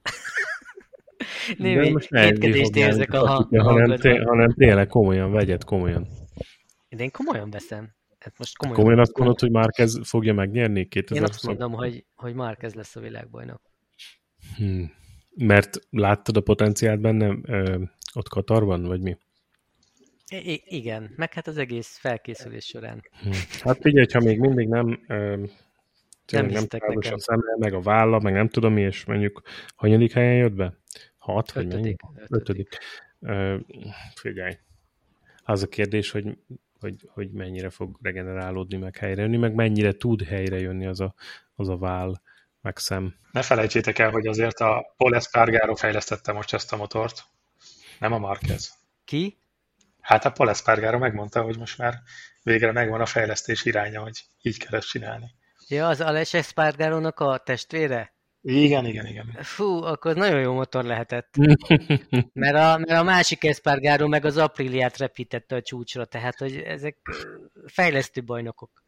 Némi kétkedést érzek a hangodban. Hanem, té- hanem tényleg komolyan, vegyed komolyan. De én komolyan veszem. Hát most komolyan, komolyan azt mondod, hogy Márquez fogja megnyerni kétezer-húsz? Én azt mondom, hogy, hogy Márquez lesz a világbajnok. Hmm. Mert láttad a potenciált benne ö, ott Katarban, vagy mi? I- igen, meg hát az egész felkészülés során. Hmm. Hát figyelj, ha még mindig nem ö, nem nem távos a szemle, meg a válla, meg nem tudom mi, és mondjuk hanyadik helyen jött be? Hat, vagy mennyi? Ötödik. Ö, figyelj. Az a kérdés, hogy Hogy, hogy mennyire fog regenerálódni, meg helyrejönni, meg mennyire tud helyrejönni az a, az a váll, meg szem. Ne felejtsétek el, hogy azért a Pol Espargaro fejlesztette most ezt a motort, nem a Márquez. Ki? Hát a Pol Espargaro megmondta, hogy most már végre megvan a fejlesztés iránya, hogy így kell ezt csinálni. Ja, az Alex Espargarónak a testvére? Igen, igen, igen. Fú, akkor nagyon jó motor lehetett. Mert a, mert a másik Espargaró meg az Apriliát repítette a csúcsra, tehát hogy ezek fejlesztő bajnokok.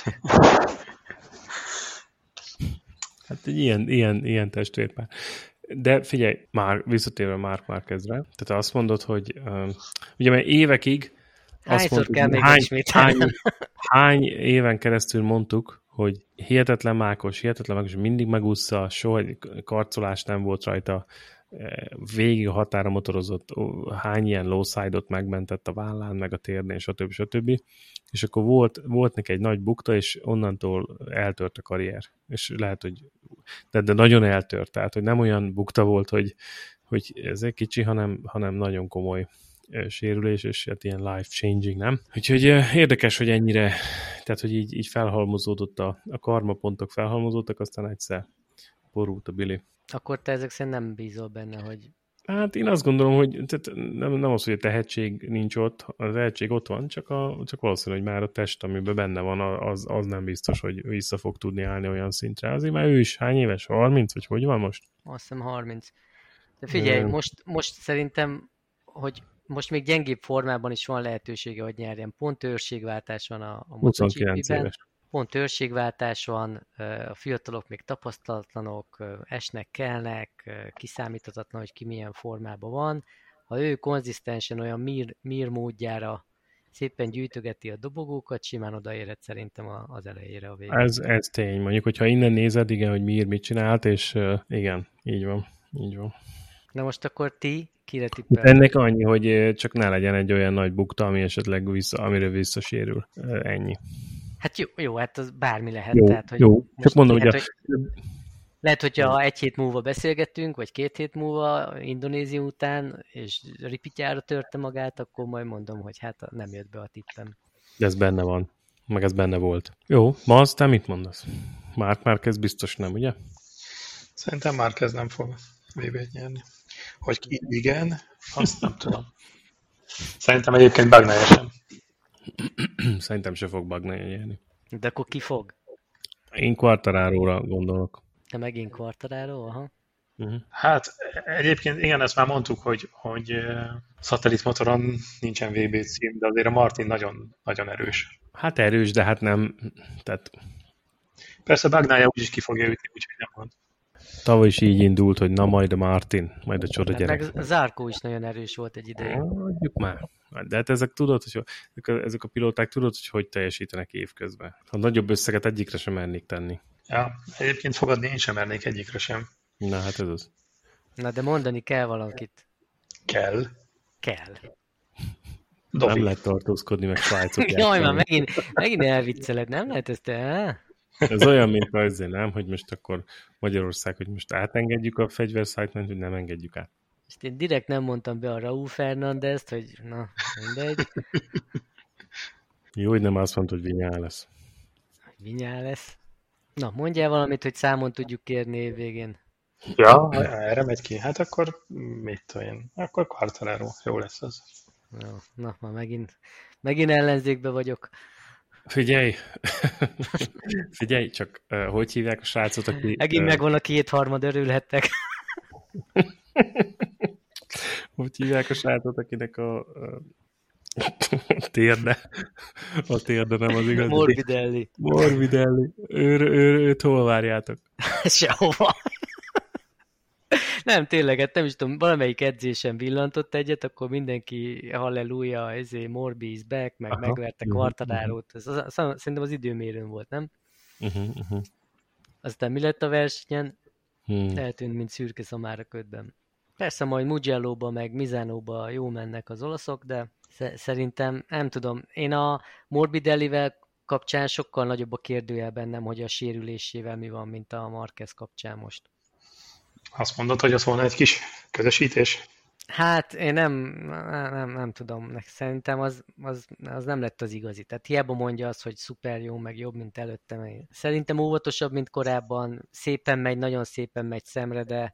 Hát egy ilyen, ilyen, ilyen testvérpár. De figyelj, már visszatérve Marc Márquezre, tehát azt mondod, hogy uh, ugye mert évekig azt mondtuk, kell még hány, hány, hány éven keresztül mondtuk, hogy hihetetlen mákos, hihetetlen mákos, mindig megúszza, soha egy karcolás nem volt rajta, végig a határa motorozott, hány ilyen lowside-ot megmentett a vállán, meg a térdén, stb. stb. És akkor volt, volt neki egy nagy bukta, és onnantól eltört a karrier. És lehet, hogy de, de nagyon eltört, tehát, hogy nem olyan bukta volt, hogy, hogy ez egy kicsi, hanem, hanem nagyon komoly sérülés, és hát ilyen life-changing, nem? Úgyhogy érdekes, hogy ennyire, tehát, hogy így, így felhalmozódott a, a karmapontok felhalmozódtak, aztán egyszer borult a Billy. Akkor te ezek szerint nem bízol benne, hogy... Hát én azt gondolom, hogy tehát nem, nem az, hogy a tehetség nincs ott, az tehetség ott van, csak, a, csak valószínű, hogy már a test, amiben benne van, az, az nem biztos, hogy vissza fog tudni állni olyan szintre. Azért már ő is hány éves? harminc? Vagy hogy van most? Azt hiszem harminc. De figyelj, hmm. most, most szerintem, hogy most még gyengébb formában is van lehetősége, hogy nyerjen. Pont őrségváltás van a, a MotoGP-ben. Pont őrségváltás van, a fiatalok még tapasztalatlanok, esnek, kelnek, kiszámíthatatlan, hogy ki milyen formában van. Ha ő konzisztensen olyan mír, mír módjára szépen gyűjtögeti a dobogókat, simán odaérhet szerintem az elejére a végén. Ez, ez tény. Mondjuk, hogyha innen nézed, igen, hogy Mir mit csinált, és uh, igen, így van. Így van. Na most akkor ti kire tippel? Ennek annyi, hogy csak ne legyen egy olyan nagy bukta, ami esetleg vissza, amiről visszasérül. Ennyi. Hát jó, jó, hát az bármi lehet. Jó, tehát, hogy jó. Csak mondom, lehet, hogy, a... hogy Lehet, hogyha egy hét múlva beszélgettünk, vagy két hét múlva Indonézia után, és ripityára törte magát, akkor majd mondom, hogy hát nem jött be a tippem. De ez benne van. Meg ez benne volt. Jó, ma aztán mit mondasz? Marc Márquez biztos nem, ugye? Szerintem Márquez nem fog vé bét nyerni. Hogy ki igen, azt nem tudom. Szerintem egyébként Bagnaia sem. Szerintem se fog Bagnaia nyerni. De akkor ki fog? Én Quartararóra gondolok. Te megint Quartararo, aha. Uh-huh. Hát egyébként igen, ezt már mondtuk, hogy, hogy szatellit motoron nincsen vé bé cím, de azért a Martin nagyon, nagyon erős. Hát erős, de hát nem, tehát... Persze Bagnaia úgyis ki fogja ütni, úgyhogy nem mond. Tavaly is így indult, hogy na majd a Martin, majd a csoda gyerek. Meg Zarco is nagyon erős volt egy ideig. Adjuk már. De hát ezek tudod, hogy ezek a, ezek a pilóták tudod, hogy hogy teljesítenek évközben. A nagyobb összeget egyikre sem mernék tenni. Ja, egyébként fogadni én sem mernék egyikre sem. Na hát ez az. Na de mondani kell valakit. Kell. Kell. Dobi. Nem lehet tartózkodni, meg Svájcot Jaj, már megint, megint elvicceled, nem lehet ezt el? Ez olyan, mint azért, nem? Hogy most akkor Magyarország, hogy most átengedjük a fegyverszállítmányt, hogy nem engedjük át. És én direkt nem mondtam be a Raúl Fernándezt, hogy na, mindegy. Jó, hogy nem azt mondta, hogy Vinyá lesz. Vinyá lesz. Na, mondjál valamit, hogy számon tudjuk kérni évvégén. Ja, erre megy ki. Hát akkor mit tudom én? Akkor Quartararo. Jó lesz az. Na, na már megint, megint ellenzékbe vagyok. Figyelj! Figyelj, csak uh, hogy hívják a srácot, aki... Megint uh, megvan a kétharmad, örülhettek. Hogy hívják a srácot, akinek a, a térde, a térde nem az igaz. Morbidelli. Morbidelli. Ő, ő, ő, őt hol várjátok? Sehova. Nem, tényleg, hát nem is tudom, valamelyik edzésen villantott egyet, akkor mindenki halleluja, ezért Morbi is back, meg Aha, megverte uh-huh, Quartararót. Ez az, szerintem az időmérőn volt, nem? Uh-huh, uh-huh. Aztán mi lett a versenyen? Hmm. Eltűnt, mint szürke szamár a ködben. Persze majd Mugello-ba, meg Misano-ba jó mennek az olaszok, de szerintem, nem tudom, én a Morbidellivel kapcsán sokkal nagyobb a kérdőjel bennem, hogy a sérülésével mi van, mint a Marquez kapcsán most. Azt mondod, hogy az volna egy kis közösítés? Hát én nem, nem, nem tudom, szerintem az, az, az nem lett az igazi. Tehát hiába mondja azt, hogy szuper jó, meg jobb, mint előtte. Szerintem óvatosabb, mint korábban, szépen megy, nagyon szépen megy szemre, de,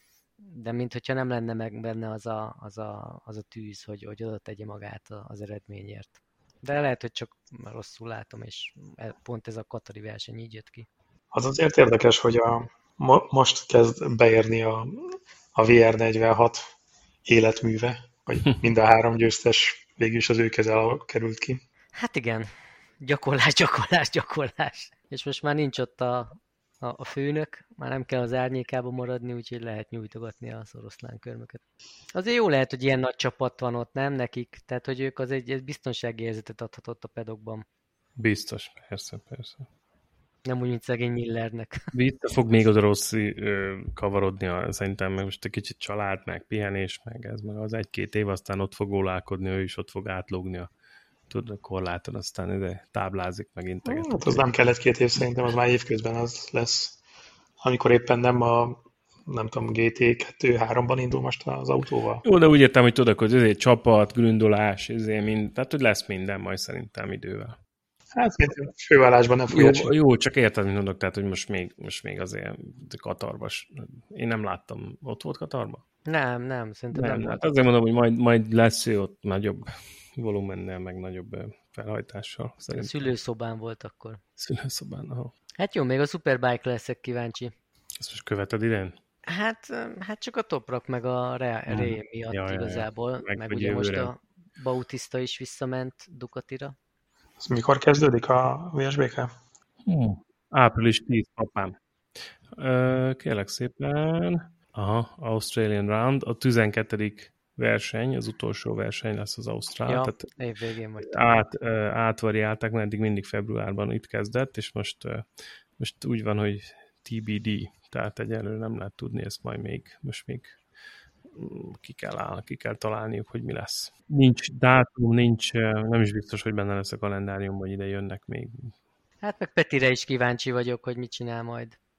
de minthogyha nem lenne meg benne az a, az a, az a tűz, hogy, hogy oda tegye magát az eredményért. De lehet, hogy csak rosszul látom, és pont ez a katari verseny így jött ki. Az azért érdekes, hogy a, mo, most kezd beérni a, a vé er negyvenhat életműve, hogy mind a három győztes végül is az ő keze alól került ki. Hát igen, gyakorlás, gyakorlás, gyakorlás. És most már nincs ott a, a, a főnök, már nem kell az árnyékába maradni, úgyhogy lehet nyújtogatni az oroszlán körmöket. Azért jó lehet, hogy ilyen nagy csapat van ott, nem nekik? Tehát, hogy ők az egy, egy biztonsági érzetet adhatott a pedokban. Biztos, persze, persze. Nem úgy, mint szegény Millernek. Vissza fog még oda rossz ö, kavarodni, a, szerintem meg most egy kicsit család, meg pihenés, meg ez, meg az egy-két év, aztán ott fog gólálkodni, ő is ott fog átlógni a, tudod, a korláton, aztán ide táblázik, meg integet. Hát az nem kellett két év, szerintem az már évközben az lesz, amikor éppen nem a nem tudom, gé té kettő háromban indul most az autóval. Jó, de úgy értem, hogy tudok, hogy ezért csapat, gründolás, ezért mind, tehát hogy lesz minden majd szerintem idővel. Hát szerintem fővállásban nem fogja Jó, jó, csak érted, mint mondok, tehát, hogy most még, most még azért Katarban. Én nem láttam. Ott volt Katarban? Nem, nem, szerintem nem, nem nem hát azért mondom, hogy majd, majd lesz ő ott nagyobb volumennel, meg nagyobb felhajtással. Szerintem. Szülőszobán volt akkor. Szülőszobán, aha. Hát jó, még a Superbike leszek kíváncsi. Ezt most követed idén? Hát, hát csak a Toprak meg a Ré, Ré miatt ja, igazából, ja, ja. meg, meg ugye most a Bautista is visszament Ducatira. Ez mikor kezdődik a vé es bé ká? Hmm. április tíz, papám. Ö, kérlek szépen. Aha, Australian Round. A tizenkettedik verseny, az utolsó verseny lesz az Ausztrál. Ja, tehát év végén vagy. Át, átvariálták, mert eddig mindig februárban itt kezdett, és most, most úgy van, hogy té bé dé, tehát egyelőre nem lehet tudni, ezt majd még, most még ki kell állni, ki kell találniuk, hogy mi lesz. Nincs dátum, nincs, nem is biztos, hogy benne lesz a kalendáriumban, hogy ide jönnek még. Hát meg Petire is kíváncsi vagyok, hogy mit csinál majd.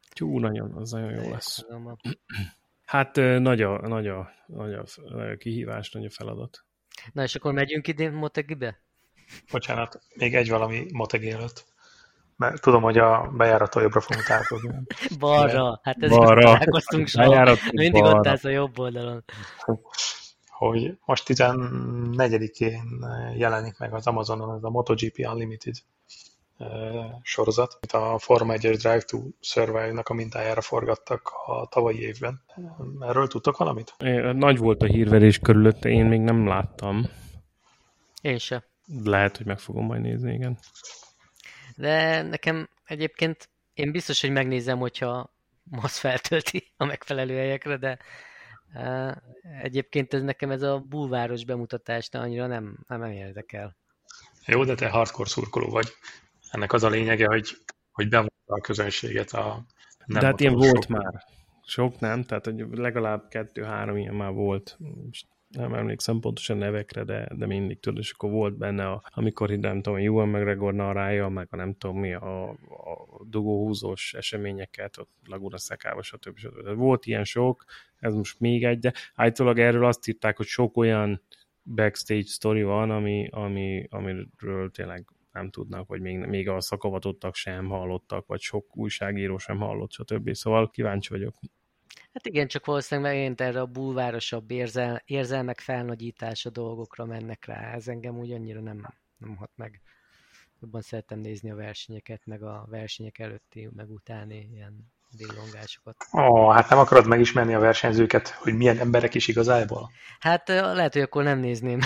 Tyú, nagyon, az nagyon jó lesz. Hát nagy a, nagy, a, nagy, a, nagy a kihívás, nagy a feladat. Na és akkor megyünk idén Motegibe? Bocsánat, még egy valami Motegi előtt. Mert tudom, hogy a bejárattól jobbra fogunk találkozni. Balra, hát ezért találkoztunk soha. Mindig balra. Ott állsz a jobb oldalon. Hogy most tizennegyedikén jelenik meg az Amazonon ez a MotoGP Unlimited sorozat, amit a Forma egyes Drive to Survive-nak a mintájára forgattak a tavalyi évben. Erről tudtok valamit? Nagy volt a hírverés körülötte, én még nem láttam. Én sem. Lehet, hogy meg fogom majd nézni, igen. De nekem egyébként én biztos, hogy megnézem, hogyha Masz feltölti a megfelelő helyekre, de uh, egyébként ez nekem ez a bulváros bemutatás annyira nem, nem érdekel. Jó, de te hardcore szurkoló vagy. Ennek az a lényege, hogy, hogy bevonta a közönséget a nem. De hát ilyen volt sok. Már. Sok nem, tehát hogy legalább kettő-három ilyen már volt. Most nem emlékszem pontosan nevekre, de, de mindig tudod, és akkor volt benne, a, amikor itt nem tudom, Ewan McGregor narrája, meg a nem tudom mi, a, a dugóhúzós eseményeket, ott Laguna Secába, stb. stb. Volt ilyen sok, ez most még egy, de állítólag erről azt írták, hogy sok olyan backstage sztori van, ami, ami, amiről tényleg nem tudnak, vagy még, még a szakavatottak sem hallottak, vagy sok újságíró sem hallott, stb. Szóval kíváncsi vagyok. Hát igen, csak valószínűleg megint erre a bulvárosabb érzel, érzelmek felnagyítása dolgokra mennek rá. Ez engem úgy annyira nem, nem hat meg. Jobban szeretem nézni a versenyeket, meg a versenyek előtti, meg utáni ilyen dillongásokat. Ó, oh, hát nem akarod megismerni a versenyzőket, hogy milyen emberek is igazából? Hát lehet, hogy akkor nem nézném.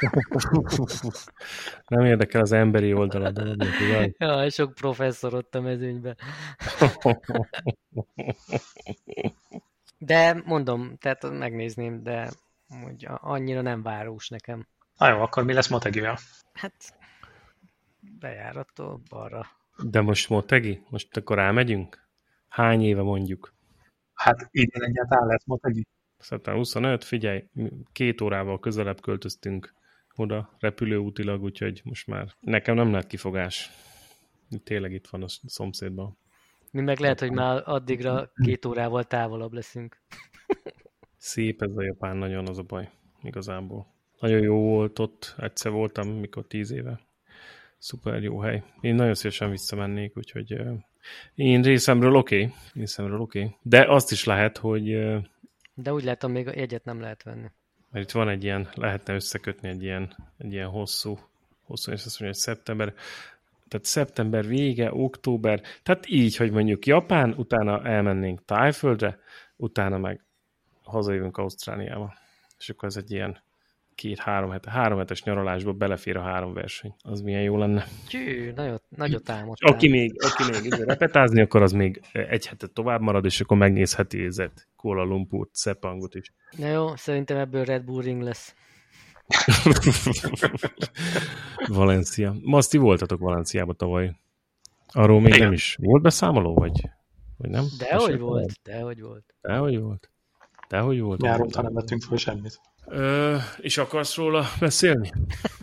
Nem érdekel az emberi oldalad. Ja, sok professzor ott a mezőnyben. De mondom, tehát megnézném, de hogy annyira nem város nekem. Na jó, akkor mi lesz Motegivel? Hát bejárattól balra. De most Motegi? Most akkor rámegyünk? Hány éve mondjuk? Hát idén egyáltalán lesz Motegi. Szerintem huszonöt, figyelj, két órával közelebb költöztünk oda repülőútilag, úgyhogy most már nekem nem lehet kifogás. Tényleg itt van a szomszédban. Mi meg lehet, hogy már addigra két órával távolabb leszünk. Szép ez a Japán, nagyon az a baj, igazából. Nagyon jó volt ott, egyszer voltam, mikor tíz éve. Szuper jó hely. Én nagyon szívesen visszamennék, úgyhogy uh, én részemről oké, okay. részemről oké. Okay. De azt is lehet, hogy... Uh, De úgy látom, még a jegyet nem lehet venni. Mert itt van egy ilyen, lehetne összekötni egy ilyen, egy ilyen hosszú, hosszú, és azt mondja, hogy szeptember, tehát szeptember vége, október, tehát így, hogy mondjuk Japán, utána elmennénk Tájföldre, utána meg hazajövünk Ausztráliába. És akkor ez egy ilyen két-három hete, három hetes nyaralásba belefér a három verseny. Az milyen jó lenne. Csű, nagyot, nagyot álmodtál. Aki még, aki még izé repetázni, akkor az még egy hetet tovább marad, és akkor megnézheti ezet Kuala Lumpurt, Sepangut is. Na jó, szerintem ebből Red Bull Ring lesz. Valencia. Ma azt ti voltatok Valenciába tavaly. Arról még igen. Nem is volt beszámoló, vagy, vagy nem? Dehogy volt, dehogy volt. Dehogy volt. Dehogy volt. Nyáron nem vettünk fel semmit. Ö, és akarsz róla beszélni?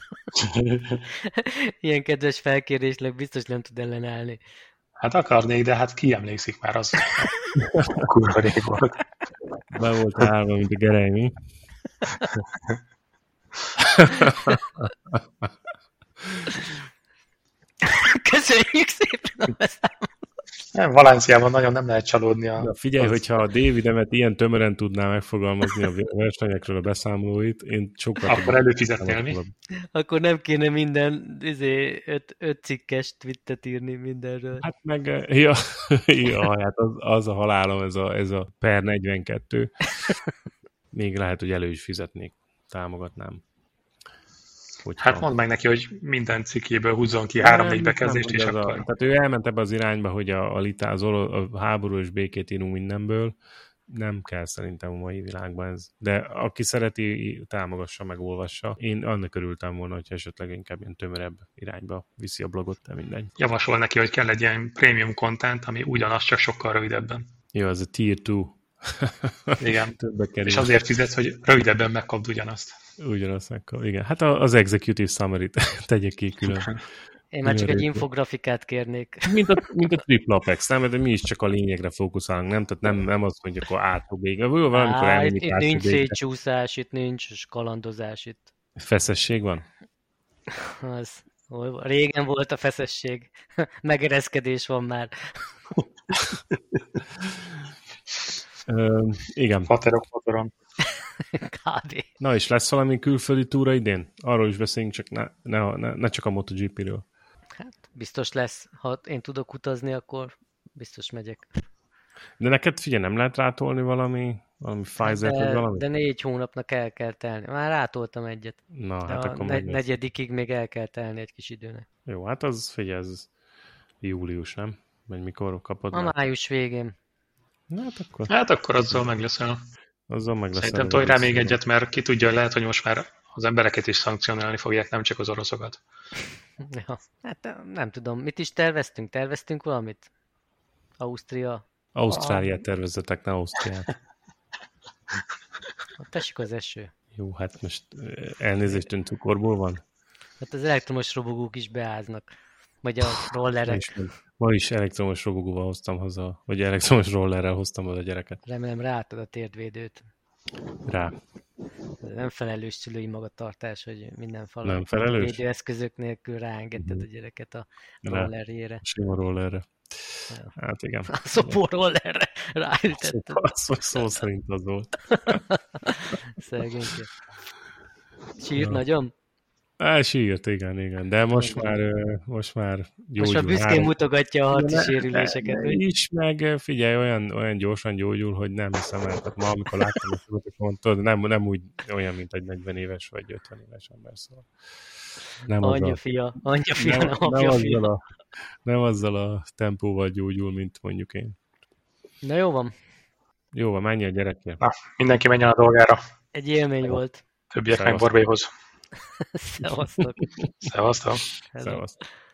Ilyen kedves felkérésnek biztos nem tud ellenállni. Hát akarnék, de hát ki emlékszik már az. Kurva rég volt. Be volt állva, mint a Gerej, mi? Köszönjük szépen a beszámolót. Nem, Valenciában nagyon nem lehet csalódni. A... Ja, figyelj, az... hogyha a Davidemet ilyen tömören tudná megfogalmazni a versenyekről a beszámolóit, én sokkal... Akkor előfizetnél mi? Akkor nem kéne minden izé, öt, öt cikkes twittet írni mindenről. Hát meg, ja, ja hát az, az a halálom, ez a, ez a per negyvenkettő. Még lehet, hogy elő is fizetnék, támogatnám. Hogyha... Hát mondd meg neki, hogy minden cikkéből húzzon ki három-négy bekezdést, és akkor... A, tehát ő elment ebbe az irányba, hogy a, a litázol, a háború és békét írunk mindenből. Nem kell szerintem a mai világban ez. De aki szereti, támogassa, meg olvassa. Én annak örültem volna, hogyha esetleg inkább ilyen tömörebb irányba viszi a blogot, de mindegy. Javasol neki, hogy kell egy ilyen premium content, ami ugyanaz, csak sokkal rövidebben. Jó, ez a tier kettő. Igen. És azért fizetsz, hogy rövidebben megkapd ugyanazt. Ugyanazt megkap, igen. Hát az executive summary-t tegyek ki külön. Én már csak egy infografikát kérnék. Mint a, mint a Triple Apex, nem? De mi is csak a lényegre fókuszálunk, nem? Tehát nem, nem az, hogy akkor átog végig. Valamikor Á, itt, itt nincs szétcsúszás, itt nincs kalandozás. Itt. Feszesség van? Az, régen volt a feszesség. Megereszkedés van már. Ö, igen. Faterok motoron. kb. Na és lesz valami külföldi túra idén? Arról is beszéljünk, csak ne, ne, ne, ne csak a MotoGP-ről. Hát biztos lesz. Ha én tudok utazni, akkor biztos megyek. De neked figyelj, nem lehet rátolni valami, valami Pfizer-t, vagy valami? De négy hónapnak el kell telni. Már rátoltam egyet. Na, de hát a akkor ne- negyedikig még el kell telni egy kis időnek. Jó, hát az, figyelj, ez július, nem? Vagy mikor kapod A már? május végén. Na, hát akkor... Hát akkor azzal meg leszel. Azzal meg leszel. Szerintem tolj rá még egyet, mert ki tudja, lehet, hogy most már az embereket is szankcionálni fogják, nem csak az oroszokat. Ja, hát nem tudom. Mit is terveztünk? Terveztünk valamit? Ausztria? Ausztráliát tervezzetek, ne Ausztriát. Ott esik az eső. Jó, hát most elnézést, ön cukorból van? Hát az elektromos robogók is beáznak. Vagy a rollerek. Ma is, ma is elektromos robogóval hoztam haza, vagy elektromos rollerrel hoztam haza a gyereket. Remélem ráadtad a térdvédőt. Rá. Nem felelős szülői magatartás, hogy minden falat Nem felelős? védőeszközök nélkül ráengedted a gyereket a rollerjére. Sima rollerre. Ja. Hát igen. A szopó rollerre ráültetted. Szó, szó szerint az volt. Szegényke. Sírt ja. nagyon? Á, sírt, igen, igen. De most igen. már, most már gyógyul. Most már büszkén három... mutogatja a harci sérüléseket. Ne, is, meg figyelj, olyan, olyan gyorsan gyógyul, hogy nem hiszem el. Tehát ma, amikor láttam a fotókat, mondtad, nem, nem úgy olyan, mint egy negyven éves vagy ötven éves ember, szóval. Nem anyja fia, anyja fia, nem, nem apja nem fia. Azzal a, nem azzal a tempóval gyógyul, mint mondjuk én. Na jó van. Jó van, menj a gyerekért. Na, mindenki menjen a dolgára. Egy élmény jó. volt. Többiek meg Borbélyhoz. Szevasztok. Szevasztok. Szevasztok.